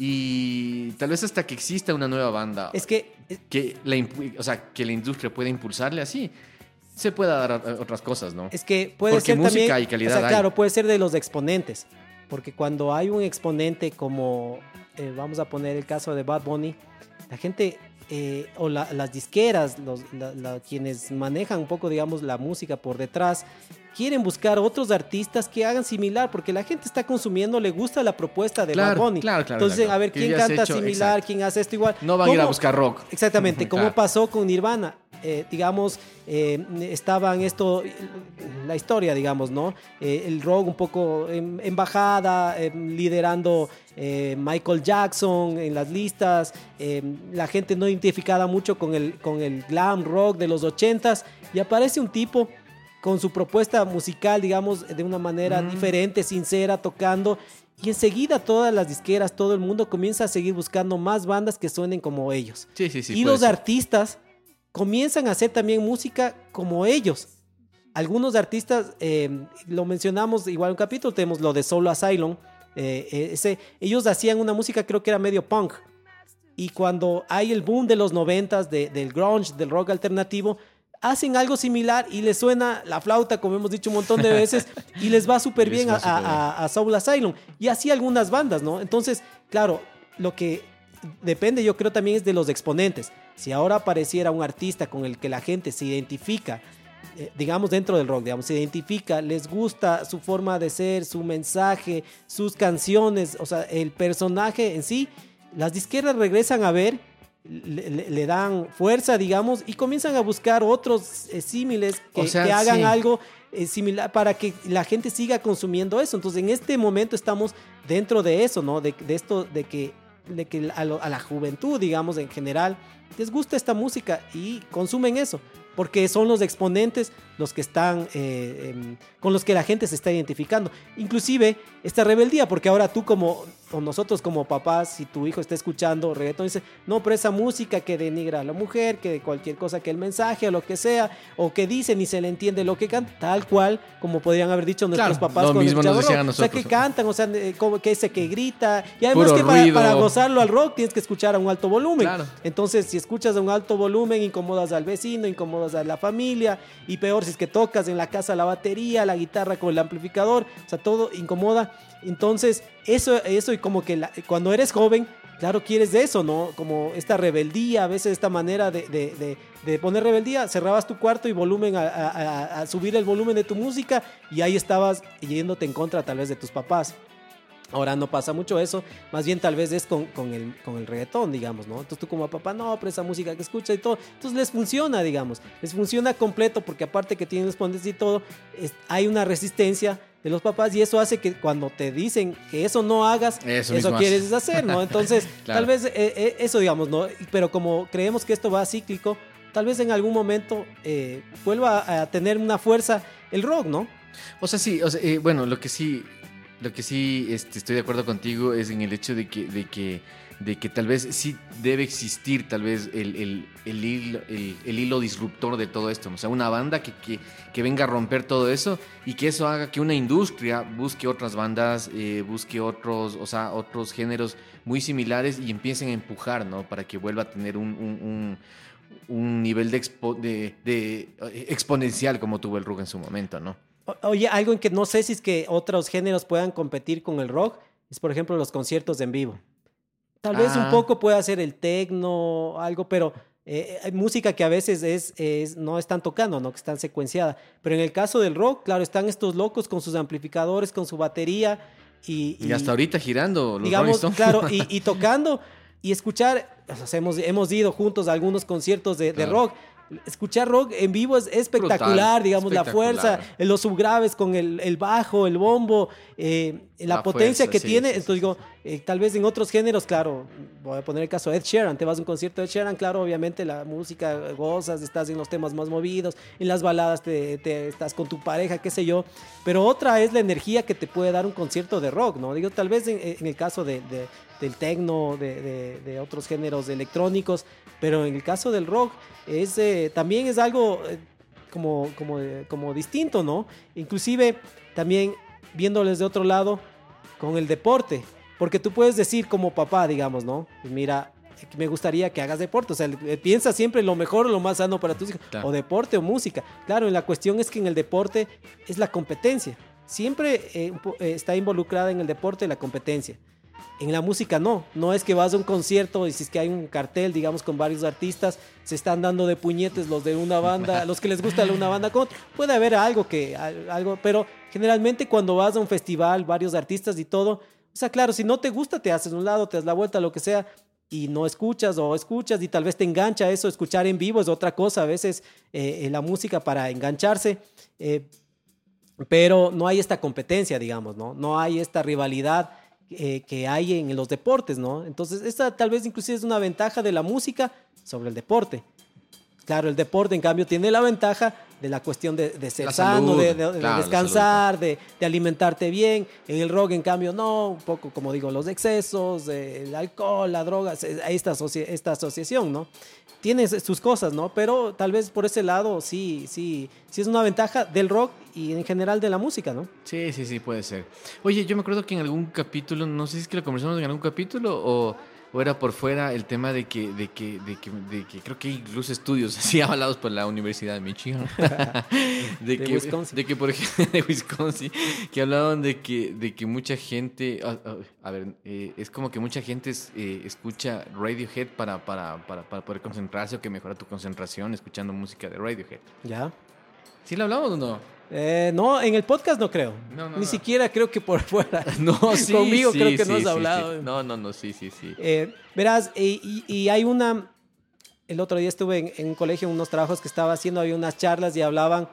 Y tal vez hasta que exista una nueva banda
Es que...
que la, impu- o sea, que la industria pueda impulsarle así, se pueda dar a- a otras cosas, ¿no?
Es que puede
Porque
ser
música
también,
y calidad
o sea,
hay.
claro, puede ser de los exponentes, porque cuando hay un exponente como, eh, vamos a poner el caso de Bad Bunny, la gente eh, o la- las disqueras, los, la- la- quienes manejan un poco, digamos, la música por detrás, quieren buscar otros artistas que hagan similar, porque la gente está consumiendo, le gusta la propuesta de
Claro,
Bad Bunny.
claro, claro,
Entonces,
claro.
a ver,
Que
¿quién
ya has
canta
hecho-
similar?
exacto.
¿Quién hace esto igual?
No van a ir a
¿Cómo-
buscar rock.
Exactamente, como
Claro.
pasó con Nirvana. Eh, digamos, eh, estaban esto, la historia, digamos, ¿no? Eh, el rock un poco en, en bajada, eh, liderando eh, Michael Jackson en las listas, eh, la gente no identificada mucho con el, con el glam rock de los ochentas, y aparece un tipo con su propuesta musical, digamos, de una manera
Mm.
diferente, sincera, tocando. Y enseguida todas las disqueras, todo el mundo comienza a seguir buscando más bandas que suenen como ellos.
Sí, sí, sí.
y
puede
los
ser.
artistas comienzan a hacer también música como ellos. Algunos artistas, eh, lo mencionamos igual en un capítulo, tenemos lo de Soul Asylum. eh, ese, ellos hacían una música, creo que era medio punk. Y cuando hay el boom de los noventas, de, del grunge, del rock alternativo, hacen algo similar y les suena la flauta, como hemos dicho un montón de veces, y les va súper
Y les
bien
va
a,
súper bien.
a, a Soul Asylum. Y así algunas bandas, ¿no? Entonces, claro, lo que depende, yo creo también es de los exponentes. Si ahora apareciera un artista con el que la gente se identifica, eh, digamos dentro del rock, digamos, se identifica, les gusta su forma de ser, su mensaje, sus canciones, o sea, el personaje en sí, las disqueras regresan a ver, le, le, le dan fuerza, digamos, y comienzan a buscar otros eh, símiles que,
o sea,
que hagan
sí.
algo eh, similar para que la gente siga consumiendo eso. Entonces, en este momento estamos dentro de eso, ¿no? De, de esto, de que, de que a, lo, a la juventud, digamos, en general, les gusta esta música y consumen eso, porque son los exponentes los que están, eh, eh, con los que la gente se está identificando. Inclusive esta rebeldía, porque ahora tú como, o nosotros como papás, si tu hijo está escuchando reggaetón, dice, no, pero esa música que denigra a la mujer, que cualquier cosa, que el mensaje o lo que sea, o que dice ni se le entiende lo que canta, tal cual como podrían haber dicho nuestros
Claro,
papás
lo
cuando
mismo nos
escuchaban
decían a
rock. O sea,
nosotros.
que cantan, o sea, eh, como que ese que grita, y además
Puro
que para,
ruido.
para gozarlo al rock tienes que escuchar a un alto volumen.
Claro.
Entonces, si escuchas a un alto volumen, incomodas al vecino, incomodas a la familia, y peor si es que tocas en la casa la batería, la guitarra con el amplificador, o sea, todo incomoda. Entonces, eso, eso y como que la, cuando eres joven, claro, quieres de eso, ¿no? Como esta rebeldía, a veces esta manera de, de, de, de poner rebeldía, cerrabas tu cuarto y volumen a, a, a subir el volumen de tu música y ahí estabas yéndote en contra tal vez de tus papás. Ahora no pasa mucho eso, más bien tal vez es con, con, el, con el reggaetón, digamos, ¿no? Entonces tú como papá, no, pero esa música que escucha y todo, entonces les funciona, digamos, les funciona completo porque aparte que tienen los ponentes y todo, es, hay una resistencia de los papás y eso hace que cuando te dicen que eso no hagas,
eso,
eso quieres hacer, ¿no? Entonces,
claro.
tal vez eh, eh, eso, digamos, ¿no? Pero como creemos que esto va cíclico, tal vez en algún momento eh, vuelva a, a tener una fuerza el rock, ¿no?
O sea, sí, o sea, eh, bueno, lo que sí... Lo que sí este, estoy de acuerdo contigo es en el hecho de que, de que, de que tal vez sí debe existir tal vez el, el, el, hilo, el, el hilo disruptor de todo esto, ¿no? O sea, una banda que, que, que venga a romper todo eso y que eso haga que una industria busque otras bandas, eh, busque otros, o sea, otros géneros muy similares y empiecen a empujar, ¿no? Para que vuelva a tener un, un, un, un nivel de, expo, de, de exponencial como tuvo el rock en su momento, ¿no?
Oye, algo en que no sé si es que otros géneros puedan competir con el rock es, por ejemplo, los conciertos en vivo. Tal vez
Ah.
un poco pueda ser el techno, algo, pero eh, hay música que a veces es, es, no están tocando, ¿no? Que están secuenciadas. Pero en el caso del rock, claro, están estos locos con sus amplificadores, con su batería. Y,
y, y hasta ahorita girando los
digamos,
Rolling Stones.
claro, y, y tocando y escuchar. O sea, hemos, hemos ido juntos a algunos conciertos de,
claro.
de rock. Escuchar rock en vivo es espectacular,
brutal,
digamos,
espectacular.
La fuerza, los subgraves con el, el bajo, el bombo, eh, la, la potencia fuerza, que sí, tiene. Sí, Entonces sí, digo, eh, tal vez en otros géneros, claro, voy a poner el caso de Ed Sheeran, te vas a un concierto de Ed Sheeran, claro, obviamente la música gozas, estás en los temas más movidos, en las baladas te, te estás con tu pareja, qué sé yo, pero otra es la energía que te puede dar un concierto de rock, ¿no? Digo, tal vez en, en el caso de, de, del techno, de, de, de otros géneros electrónicos, pero en el caso del rock es, eh, también es algo eh, como, como, eh, como distinto, ¿no? Inclusive también viéndoles de otro lado con el deporte, porque tú puedes decir como papá, digamos, ¿no? Pues mira, me gustaría que hagas deporte, o sea, piensa siempre lo mejor o lo más sano para tus hijos, claro. O deporte o música. Claro, la cuestión es que en el deporte es la competencia, siempre eh, está involucrada en el deporte la competencia. En la música no, no es que vas a un concierto y si es que hay un cartel, digamos, con varios artistas, se están dando de puñetes los de una banda, los que les gusta una banda con otra. Puede haber algo que, algo, pero generalmente cuando vas a un festival, varios artistas y todo, o sea, claro, si no te gusta, te haces un lado, te das la vuelta, lo que sea, y no escuchas o escuchas y tal vez te engancha eso, escuchar en vivo es otra cosa, a veces eh, la música para engancharse, eh, pero no hay esta competencia, digamos, ¿no? No hay esta rivalidad Eh, que hay en los deportes, ¿no? Entonces, esta tal vez inclusive es una ventaja de la música sobre el deporte. Claro, el deporte, en cambio, tiene la ventaja de la cuestión de, de ser la sano, salud, de, de, de claro, descansar, de, de alimentarte bien. En el rock, en cambio, no, un poco, como digo, los excesos, eh, el alcohol, la droga, hay esta, asoci esta asociación, ¿no? Tiene sus cosas, ¿no? Pero tal vez por ese lado sí, sí, sí es una ventaja del rock y en general de la música, ¿no?
Sí, sí, sí, puede ser. Oye, yo me acuerdo que en algún capítulo, no sé si es que lo conversamos en algún capítulo o, o era por fuera el tema de que, de que, de que, de que creo que hay incluso estudios así avalados por la Universidad de Michigan, de,
De
que,
Wisconsin.
de que por ejemplo de Wisconsin, que hablaban de que, de que mucha gente, a, a, a ver, eh, es como que mucha gente es, eh, escucha Radiohead para, para, para, para poder concentrarse o que mejora tu concentración escuchando música de Radiohead.
¿Ya?
¿Sí lo hablamos o no?
Eh, no, en el podcast no creo.
No, no,
Ni
no.
siquiera creo que por fuera.
No, sí,
Conmigo
sí,
creo que
sí,
no has
sí,
hablado.
sí. No, no, no, sí, sí, sí.
Eh, verás, y, y- y hay una... El otro día estuve en, en un colegio, en unos trabajos que estaba haciendo, había unas charlas y hablaban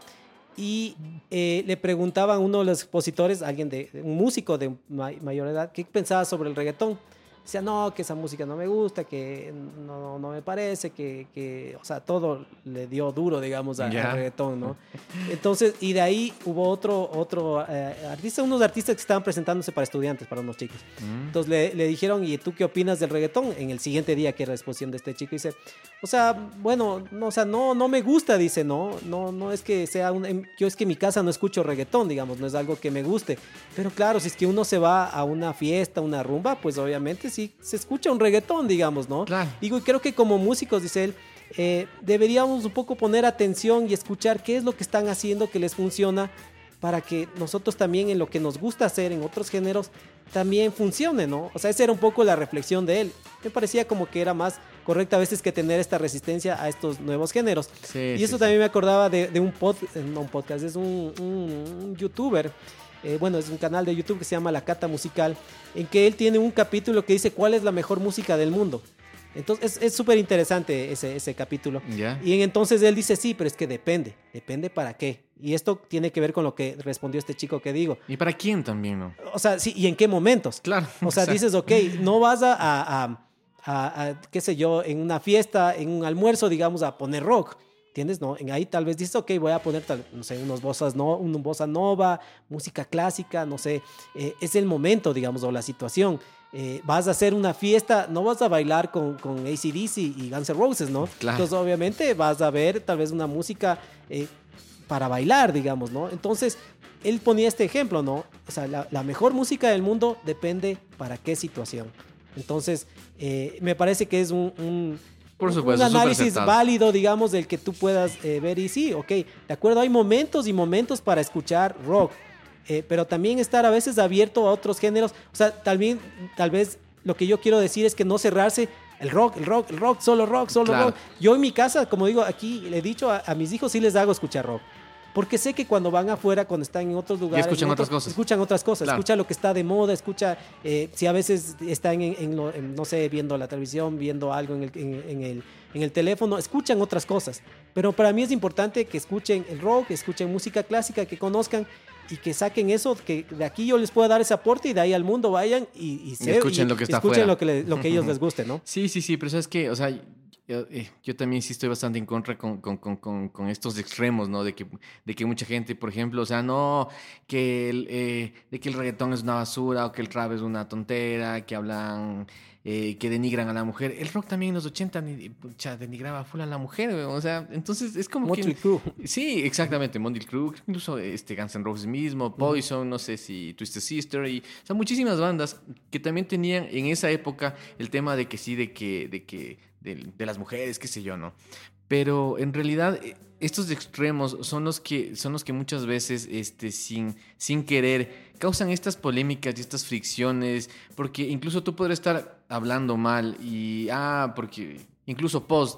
y eh, le preguntaban a uno de los expositores, alguien de, de un músico de ma- mayor edad, qué pensaba sobre el reggaetón. Decía, no, que esa música no me gusta, que no, no me parece, que, que, o sea, todo le dio duro, digamos, a- al
Ya.
reggaetón, ¿no? Entonces, y de ahí hubo otro, otro eh, artista, unos artistas que estaban presentándose para estudiantes, para unos chicos.
Mm.
Entonces le, le dijeron, ¿y tú qué opinas del reggaetón? En el siguiente día, que era la exposición de este chico, dice, o sea, bueno, no, o sea, no, no me gusta, dice, no, no, no es que sea un, em- yo es que en mi casa no escucho reggaetón, digamos, no es algo que me guste, pero claro, si es que uno se va a una fiesta, una rumba, pues obviamente sí se escucha un reggaetón, digamos, ¿no?
Claro.
Digo, y creo que como músicos, dice él, eh, deberíamos un poco poner atención y escuchar qué es lo que están haciendo que les funciona para que nosotros también en lo que nos gusta hacer en otros géneros también funcione, ¿no? O sea, esa era un poco la reflexión de él. Me parecía como que era más correcto a veces que tener esta resistencia a estos nuevos géneros.
Sí,
Y
sí,
eso
sí.
también me acordaba de, de un, pod, eh, no un podcast, es un, un- un youtuber, eh, bueno, es un canal de YouTube que se llama La Cata Musical, en que él tiene un capítulo que dice cuál es la mejor música del mundo. Entonces es súper interesante ese, ese capítulo.
Ya.
Y en- entonces él dice, sí, pero es que depende, depende para qué. Y esto tiene que ver con lo que respondió este chico que digo.
¿Y para quién también, no?
O sea, sí, ¿y en qué momentos?
Claro.
O sea,
exacto.
dices, ok, no vas a, a, a- a- a, qué sé yo, en una fiesta, en un almuerzo, digamos, a poner rock. ¿Entiendes? No, en ahí tal vez dices, ok, voy a poner, tal, no sé, unos bossas no, un bossa nova, música clásica, no sé. Eh, es el momento, digamos, o la situación. Eh, vas a hacer una fiesta, no vas a bailar con, con A C D C y Guns N' Roses, ¿no?
Claro.
Entonces, obviamente, vas a ver tal vez una música eh, para bailar, digamos, ¿no? Entonces, él ponía este ejemplo, ¿no? O sea, la, la mejor música del mundo depende para qué situación. Entonces, eh, me parece que es un, un,
Por
un
supuesto, súper
análisis
acertado.
válido, digamos, del que tú puedas eh, ver y sí, ok, de acuerdo, hay momentos y momentos para escuchar rock, eh, pero también estar a veces abierto a otros géneros. O sea, también, tal vez lo que yo quiero decir es que no cerrarse el rock, el rock, el rock, solo rock, solo
Claro.
rock. Yo en mi casa, como digo, aquí le he dicho a, a mis hijos, sí les hago escuchar rock. Porque sé que cuando van afuera, cuando están en otros lugares...
escuchan
en
otras
otros-
cosas.
Escuchan otras cosas,
Claro.
escucha lo que está de moda, escucha... eh, si a veces están en, en lo- en, no sé, viendo la televisión, viendo algo en el, en, en el, en el teléfono, escuchan otras cosas. Pero para mí es importante que escuchen el rock, escuchen música clásica, que conozcan y que saquen eso, que de aquí yo les pueda dar ese aporte y de ahí al mundo vayan y, y, se-
escuchen
y-
lo que está
escuchen
afuera.
lo que, le- lo que a ellos les guste, ¿no?
Sí, sí, sí, pero sabes que, o sea, yo, eh, yo también sí estoy bastante en contra con, con, con, con, con estos extremos, ¿no? De que, de que mucha gente, por ejemplo, o sea, no, que el, eh, de que el reggaetón es una basura o que el trap es una tontera, que hablan, eh, que denigran a la mujer. El rock también en los ochenta ni- pucha, denigraba full a la mujer, weón. O sea, entonces es como
Motley
que...
Crue.
Sí, exactamente, Motley Crue, incluso este Guns N' Roses mismo, Poison, no sé si Twisted Sister, y, o sea, muchísimas bandas que también tenían en esa época el tema de que sí, de que, de que, de, de las mujeres, qué sé yo, ¿no? Pero en realidad eh, estos extremos son los que, son los que muchas veces, este, sin, sin querer, causan estas polémicas y estas fricciones, porque incluso tú podrías estar hablando mal y, ah, porque incluso post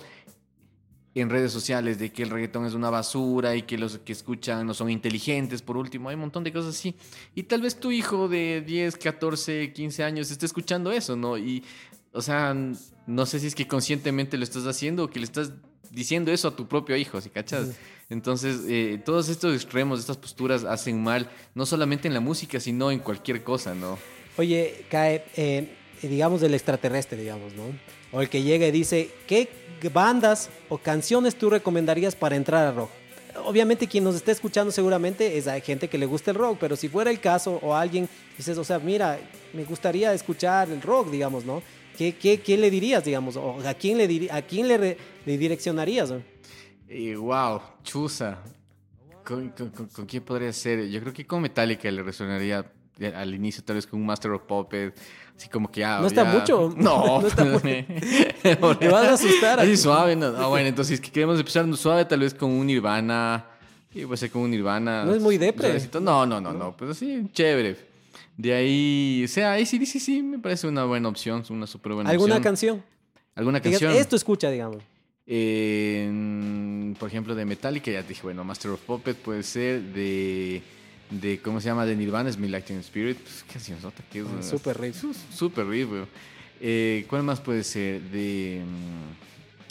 en redes sociales de que el reggaetón es una basura y que los que escuchan no son inteligentes, por último, hay un montón de cosas así. Y tal vez tu hijo de diez, catorce, quince años esté escuchando eso, ¿no? Y, o sea, no sé si es que conscientemente lo estás haciendo o que le estás diciendo eso a tu propio hijo, ¿sí cachas? Entonces, eh, todos estos extremos, estas posturas hacen mal, no solamente en la música, sino en cualquier cosa, ¿no?
Oye, cae, eh, digamos, del extraterrestre, digamos, ¿no? O el que llega y dice, ¿qué bandas o canciones tú recomendarías para entrar a rock? Obviamente quien nos esté escuchando seguramente es hay gente que le gusta el rock, pero si fuera el caso o alguien dices, o sea, mira, me gustaría escuchar el rock, digamos, ¿no? ¿Qué, qué, qué le dirías, digamos? ¿O a quién le, diri- a quién le, re- le direccionarías? ¿No?
Eh, wow, chusa. ¿Con, con, con- con quién podría ser? Yo creo que con Metallica le resonaría al inicio tal vez con un Master of Puppets, así como que ya...
No está
ya...
mucho.
No,
no está mucho. Me vas a asustar.
Así suave, no, no, bueno, entonces que queremos empezar suave tal vez con un Nirvana, y puede ser con un Nirvana.
No es muy depre.
Suavecito. No, no, no, no, pues así, chévere. De ahí, o sea, ahí sí, sí, sí, me parece una buena opción, una súper buena opción.
¿Alguna canción?
¿Alguna
Digas,
canción?
esto escucha, digamos.
Eh, por ejemplo, de Metallica, ya te dije, bueno, Master of Puppets puede ser de, de ¿cómo se llama? De Nirvana, es Me Lightning Spirit. Pues, ¿qué canción sota? ¿Qué es?
Ah, super riff.
Su- Super riff, güey. Eh, ¿Cuál más puede ser? De... mm,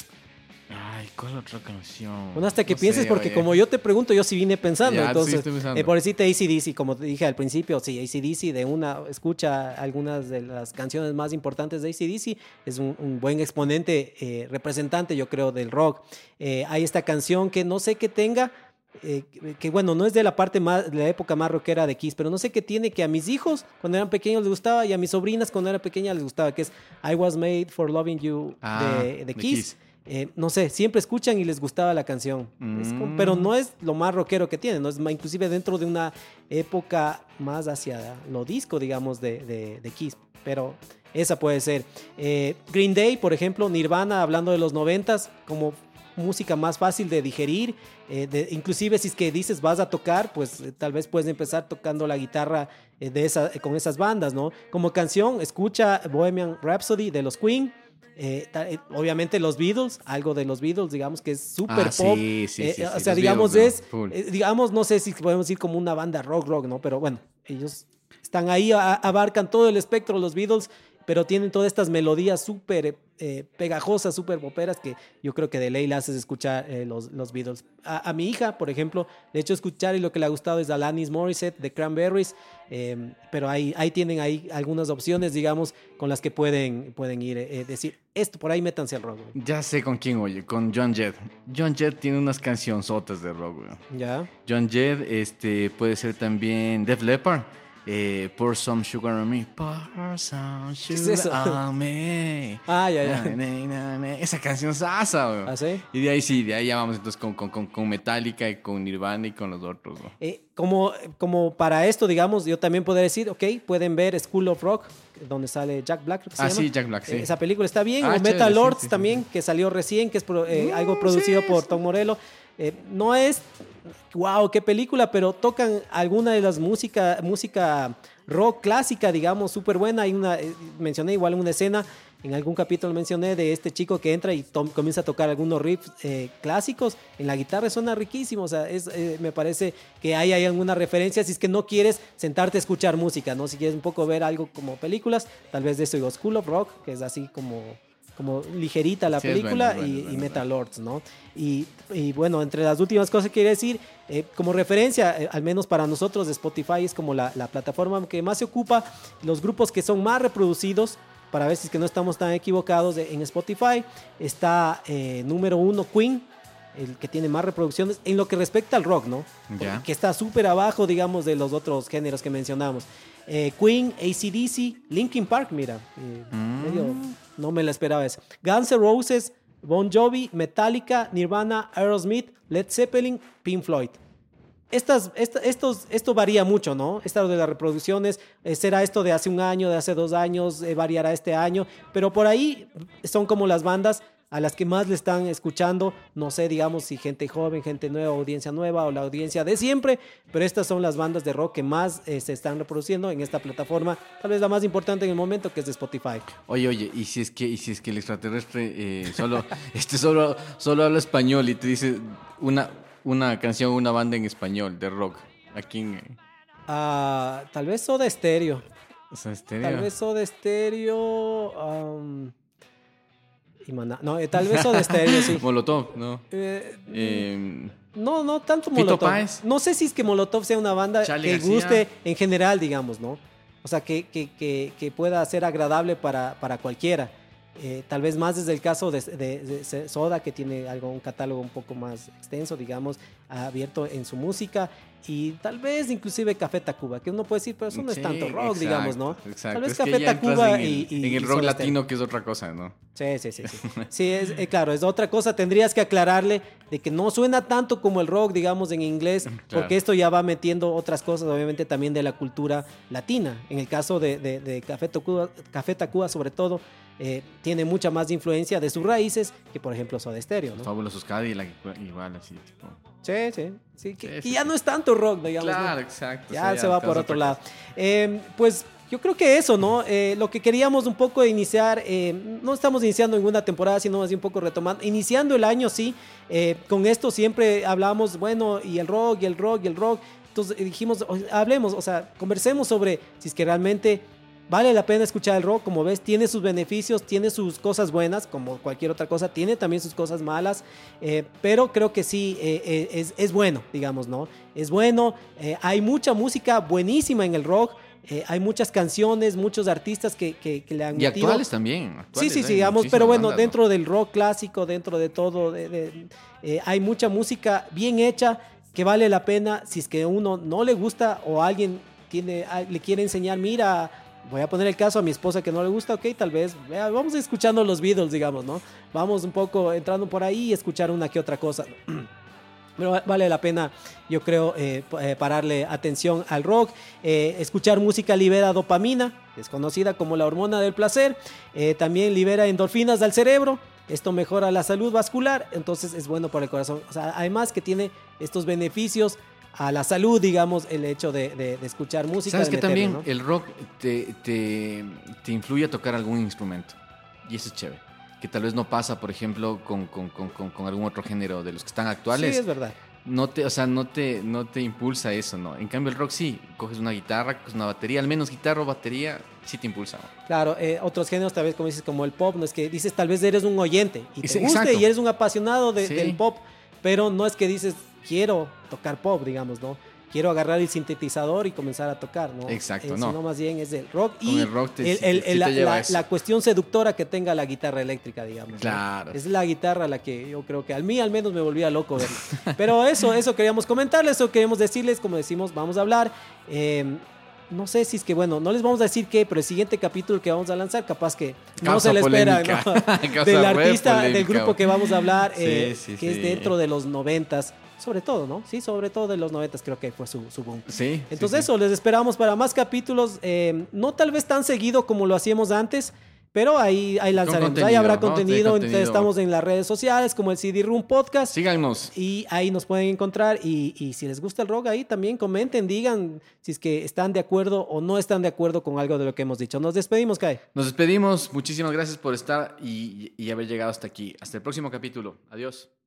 Ay, ¿cuál otra canción?
Bueno, hasta que
No
pienses,
sé,
porque
oye.
como yo te pregunto, yo sí vine pensando.
Ya,
entonces,
sí, estoy pensando.
Eh, por decirte A C D C, como te dije al principio, sí, A C D C de una, escucha algunas de las canciones más importantes de A C D C, es un, un buen exponente, eh, representante, yo creo, del rock. Eh, hay esta canción que no sé qué tenga, eh, que bueno, no es de la parte más, de la época más rockera de Kiss, pero no sé qué tiene que a mis hijos cuando eran pequeños les gustaba y a mis sobrinas cuando eran pequeñas les gustaba, que es I Was Made for Loving You
Ah,
de, de
de
Kiss.
Kiss.
Eh, no sé, siempre escuchan y les gustaba la canción.
Mm.
Es como- pero no es lo más rockero que tiene, ¿no? Es más, inclusive dentro de una época más hacia lo disco, digamos, de, de, de Kiss. Pero esa puede ser. Eh, Green Day, por ejemplo, Nirvana, hablando de los noventas, como música más fácil de digerir. Eh, de, inclusive si es que dices vas a tocar, pues eh, tal vez puedes empezar tocando la guitarra eh, de esa, eh, con esas bandas, ¿no? Como canción, escucha Bohemian Rhapsody de los Queen. Eh, ta- eh, obviamente los Beatles, algo de los Beatles, digamos que es súper
Ah,
pop.
sí, sí,
Eh,
sí,
o
sí,
sea,
los
digamos
Beatles,
es,
¿no? Full.
eh, digamos, no sé si podemos decir como una banda rock, rock, ¿no? Pero bueno, ellos están ahí, a- abarcan todo el espectro, los Beatles, pero tienen todas estas melodías súper eh, pegajosas, súper poperas que yo creo que de ley le haces escuchar eh, los, los Beatles. A, a mi hija, por ejemplo, le he hecho escuchar y lo que le ha gustado es Alanis Morissette de Cranberries, eh, pero ahí, ahí tienen ahí algunas opciones, digamos, con las que pueden, pueden ir, eh, decir, esto, por ahí métanse al rock. güey.
Ya sé con quién, oye, con John Jett. John Jett tiene unas cancionzotas de rock, güey.
¿Ya?
John Jett, este, puede ser también Def Leppard. Eh, Pour Some Sugar on Me. Pour Some
es
Sugar
eso?
on Me.
Ah, ya, ya.
Na, na, na, na. Esa canción es asa, güey.
¿Ah, sí?
Y de ahí sí, de ahí ya vamos entonces con, con, con, con Metallica y con Nirvana y con los otros, güey.
Eh, como, como para esto, digamos, yo también podría decir, ok, pueden ver School of Rock, donde sale Jack Black, creo que se
Ah,
llama.
sí, Jack Black, sí.
Eh, esa película está bien.
Ah,
o
chévere,
Metal
sí,
Lords
sí, sí,
también,
sí.
que salió recién, que es pro- eh,
Uh,
algo producido
sí,
por
sí.
Tom Morello. Eh, no es, wow, qué película, pero tocan alguna de las música, música rock clásica, digamos, súper buena. Hay una, eh, mencioné igual una escena, en algún capítulo mencioné de este chico que entra y tom- comienza a tocar algunos riffs eh, clásicos en la guitarra, suena riquísimo. O sea, es, eh, me parece que ahí hay alguna referencia. Si es que no quieres sentarte a escuchar música, ¿no? Si quieres un poco ver algo como películas, tal vez de eso digo School of Rock, que es así como, como ligerita la
Sí, es
película,
bueno, es bueno,
y,
es bueno,
y
es
Metal Lords, ¿no? Y, y bueno, entre las últimas cosas que quería decir, eh, como referencia, eh, al menos para nosotros, Spotify es como la, la plataforma que más se ocupa, los grupos que son más reproducidos, para ver si es que no estamos tan equivocados, de- en Spotify está eh, número uno Queen, el que tiene más reproducciones en lo que respecta al rock, ¿no?
Ya.
Que está súper abajo, digamos, de los otros géneros que mencionamos. Eh, Queen, A C D C, Linkin Park, mira, eh,
Mm.
medio, no me la esperaba eso. Guns N' Roses, Bon Jovi, Metallica, Nirvana, Aerosmith, Led Zeppelin, Pink Floyd. Estas, esta- estos, esto varía mucho, ¿no? Esto de las reproducciones, eh, será esto de hace un año, de hace dos años, eh, variará este año, pero por ahí son como las bandas a las que más le están escuchando, no sé, digamos, si gente joven, gente nueva, audiencia nueva o la audiencia de siempre, pero estas son las bandas de rock que más eh, se están reproduciendo en esta plataforma, tal vez la más importante en el momento, que es de Spotify.
Oye, oye, y si es que, y si es que el extraterrestre eh, solo, este solo, solo habla español y te dice una, una canción, una banda en español de rock, ¿a quién? eh?
Ah, tal vez Soda Stereo,
O sea, este,
tal vez Soda Stereo, um, y Maná, no, eh, tal vez Soda Stereo, sí.
Molotov, ¿no?
Eh,
Eh,
No, no tanto
Fito
Molotov.
Páez.
No sé si es que Molotov sea una banda
Charly
que
García.
guste en general, digamos, ¿no? O sea, que, que, que, que pueda ser agradable para, para cualquiera. Eh, tal vez más desde el caso de, de- de Soda, que tiene algo, un catálogo un poco más extenso, digamos, abierto en su música. Y tal vez inclusive Café Tacuba, que uno puede decir, pero eso no es
sí,
tanto rock,
exacto,
digamos, ¿no?
Exacto.
Tal vez
Es que
Café
ya entras
Tacuba
en el,
y, y-
en el
y
rock
Soda
latino,
Stereo.
que es otra cosa, ¿no?
Sí, sí, sí, sí. Sí, es, eh, claro, es otra cosa. Tendrías que aclararle de que no suena tanto como el rock, digamos, en inglés,
Claro.
porque esto ya va metiendo otras cosas, obviamente, también de la cultura latina. En el caso de, de, de Café Tacuba, Café Tacuba, sobre todo, eh, tiene mucha más influencia de sus raíces que, por ejemplo, Soda Stereo, ¿no?
Fabulosos Cadillac, igual así, tipo.
Sí, sí, sí, que,
Sí,
que
sí,
ya
sí.
no es tanto rock, digamos.
Claro,
¿no?
exacto.
Ya
sí,
se va
te
por
vas a
otro
otra
lado.
cosa.
Eh, pues yo creo que eso, ¿no? Eh, lo que queríamos un poco iniciar, eh, no estamos iniciando ninguna temporada, sino más bien un poco retomando, iniciando el año, sí, eh, con esto siempre hablábamos, bueno, y el rock, y el rock, y el rock. Entonces dijimos, o- hablemos, o sea, conversemos sobre si es que realmente vale la pena escuchar el rock. Como ves, tiene sus beneficios, tiene sus cosas buenas, como cualquier otra cosa, tiene también sus cosas malas, eh, pero creo que sí, eh, eh, es, es bueno, digamos, ¿no? Es bueno, eh, hay mucha música buenísima en el rock, eh, hay muchas canciones, muchos artistas que, que, que le han
Y
metido.
actuales también.
Sí,
Actuales,
sí, sí,
hay
digamos, pero
muchísimas
bueno,
bandas, ¿no?
dentro del rock clásico, dentro de todo, de, de, eh, hay mucha música bien hecha que vale la pena si es que uno no le gusta o alguien tiene, a- le quiere enseñar, mira, voy a poner el caso a mi esposa que no le gusta, ok, tal vez, vea, vamos escuchando los Beatles, digamos, ¿no? Vamos un poco entrando por ahí y escuchar una que otra cosa. Pero va- vale la pena, yo creo, eh, p- eh, pararle atención al rock. Eh, escuchar música libera dopamina, es conocida como la hormona del placer. Eh, también libera endorfinas al cerebro. Esto mejora la salud vascular, entonces es bueno para el corazón. O sea, además que tiene estos beneficios a la salud, digamos, el hecho de, de- de escuchar música.
¿Sabes
de
que
meterle,
también
¿no?
el rock te, te, te influye a tocar algún instrumento? Y eso es chévere. Que tal vez no pasa, por ejemplo, con, con, con, con, con algún otro género de los que están actuales.
Sí, es verdad.
No te, o sea, no te, no te impulsa eso, ¿no? En cambio, el rock sí. Coges una guitarra, coges una batería, al menos guitarra o batería, sí te impulsa, ¿no?
Claro, eh, otros géneros tal vez como dices como el pop, no es que dices tal vez eres un oyente y te
Sí,
guste
exacto.
y eres un apasionado de-
Sí.
del pop, pero no es que dices quiero tocar pop, digamos, ¿no? Quiero agarrar el sintetizador y comenzar a tocar, ¿no?
Exacto,
Eh,
no.
Sino más bien es el rock
Con
y
el rock te-
el-
sí
el-
te- sí
el-
te
la,
lleva
la-
eso.
la cuestión seductora que tenga la guitarra eléctrica, digamos, ¿no?
Claro.
Es la guitarra la que yo creo que a mí al menos me volvía loco verlo. Pero eso, eso queríamos comentarles, eso queríamos decirles, como decimos, vamos a hablar. eh, no sé si es que, bueno, no les vamos a decir qué, pero el siguiente capítulo que vamos a lanzar, capaz que no
Causa
se le espera,
polémica.
¿no?
Causa
Del
re
artista, del
polémica,
grupo
güey.
que vamos a hablar,
Sí,
eh,
sí,
que es
sí.
dentro de los noventas, sobre todo, ¿no? Sí, sobre todo de los noventas creo que fue su, su boom.
Sí.
Entonces
sí, sí.
eso, les esperamos para más capítulos, eh, no tal vez tan seguido como lo hacíamos antes, pero ahí, ahí lanzaremos, ahí
contenido,
habrá
vamos a tener
contenido,
contenido.
entonces estamos en las redes sociales como el C D Room Podcast.
Síganos.
Y ahí nos pueden encontrar y, y si les gusta el rock ahí también comenten, digan si es que están de acuerdo o no están de acuerdo con algo de lo que hemos dicho. Nos despedimos, Kai.
Nos despedimos. Muchísimas gracias por estar y, y haber llegado hasta aquí. Hasta el próximo capítulo. Adiós.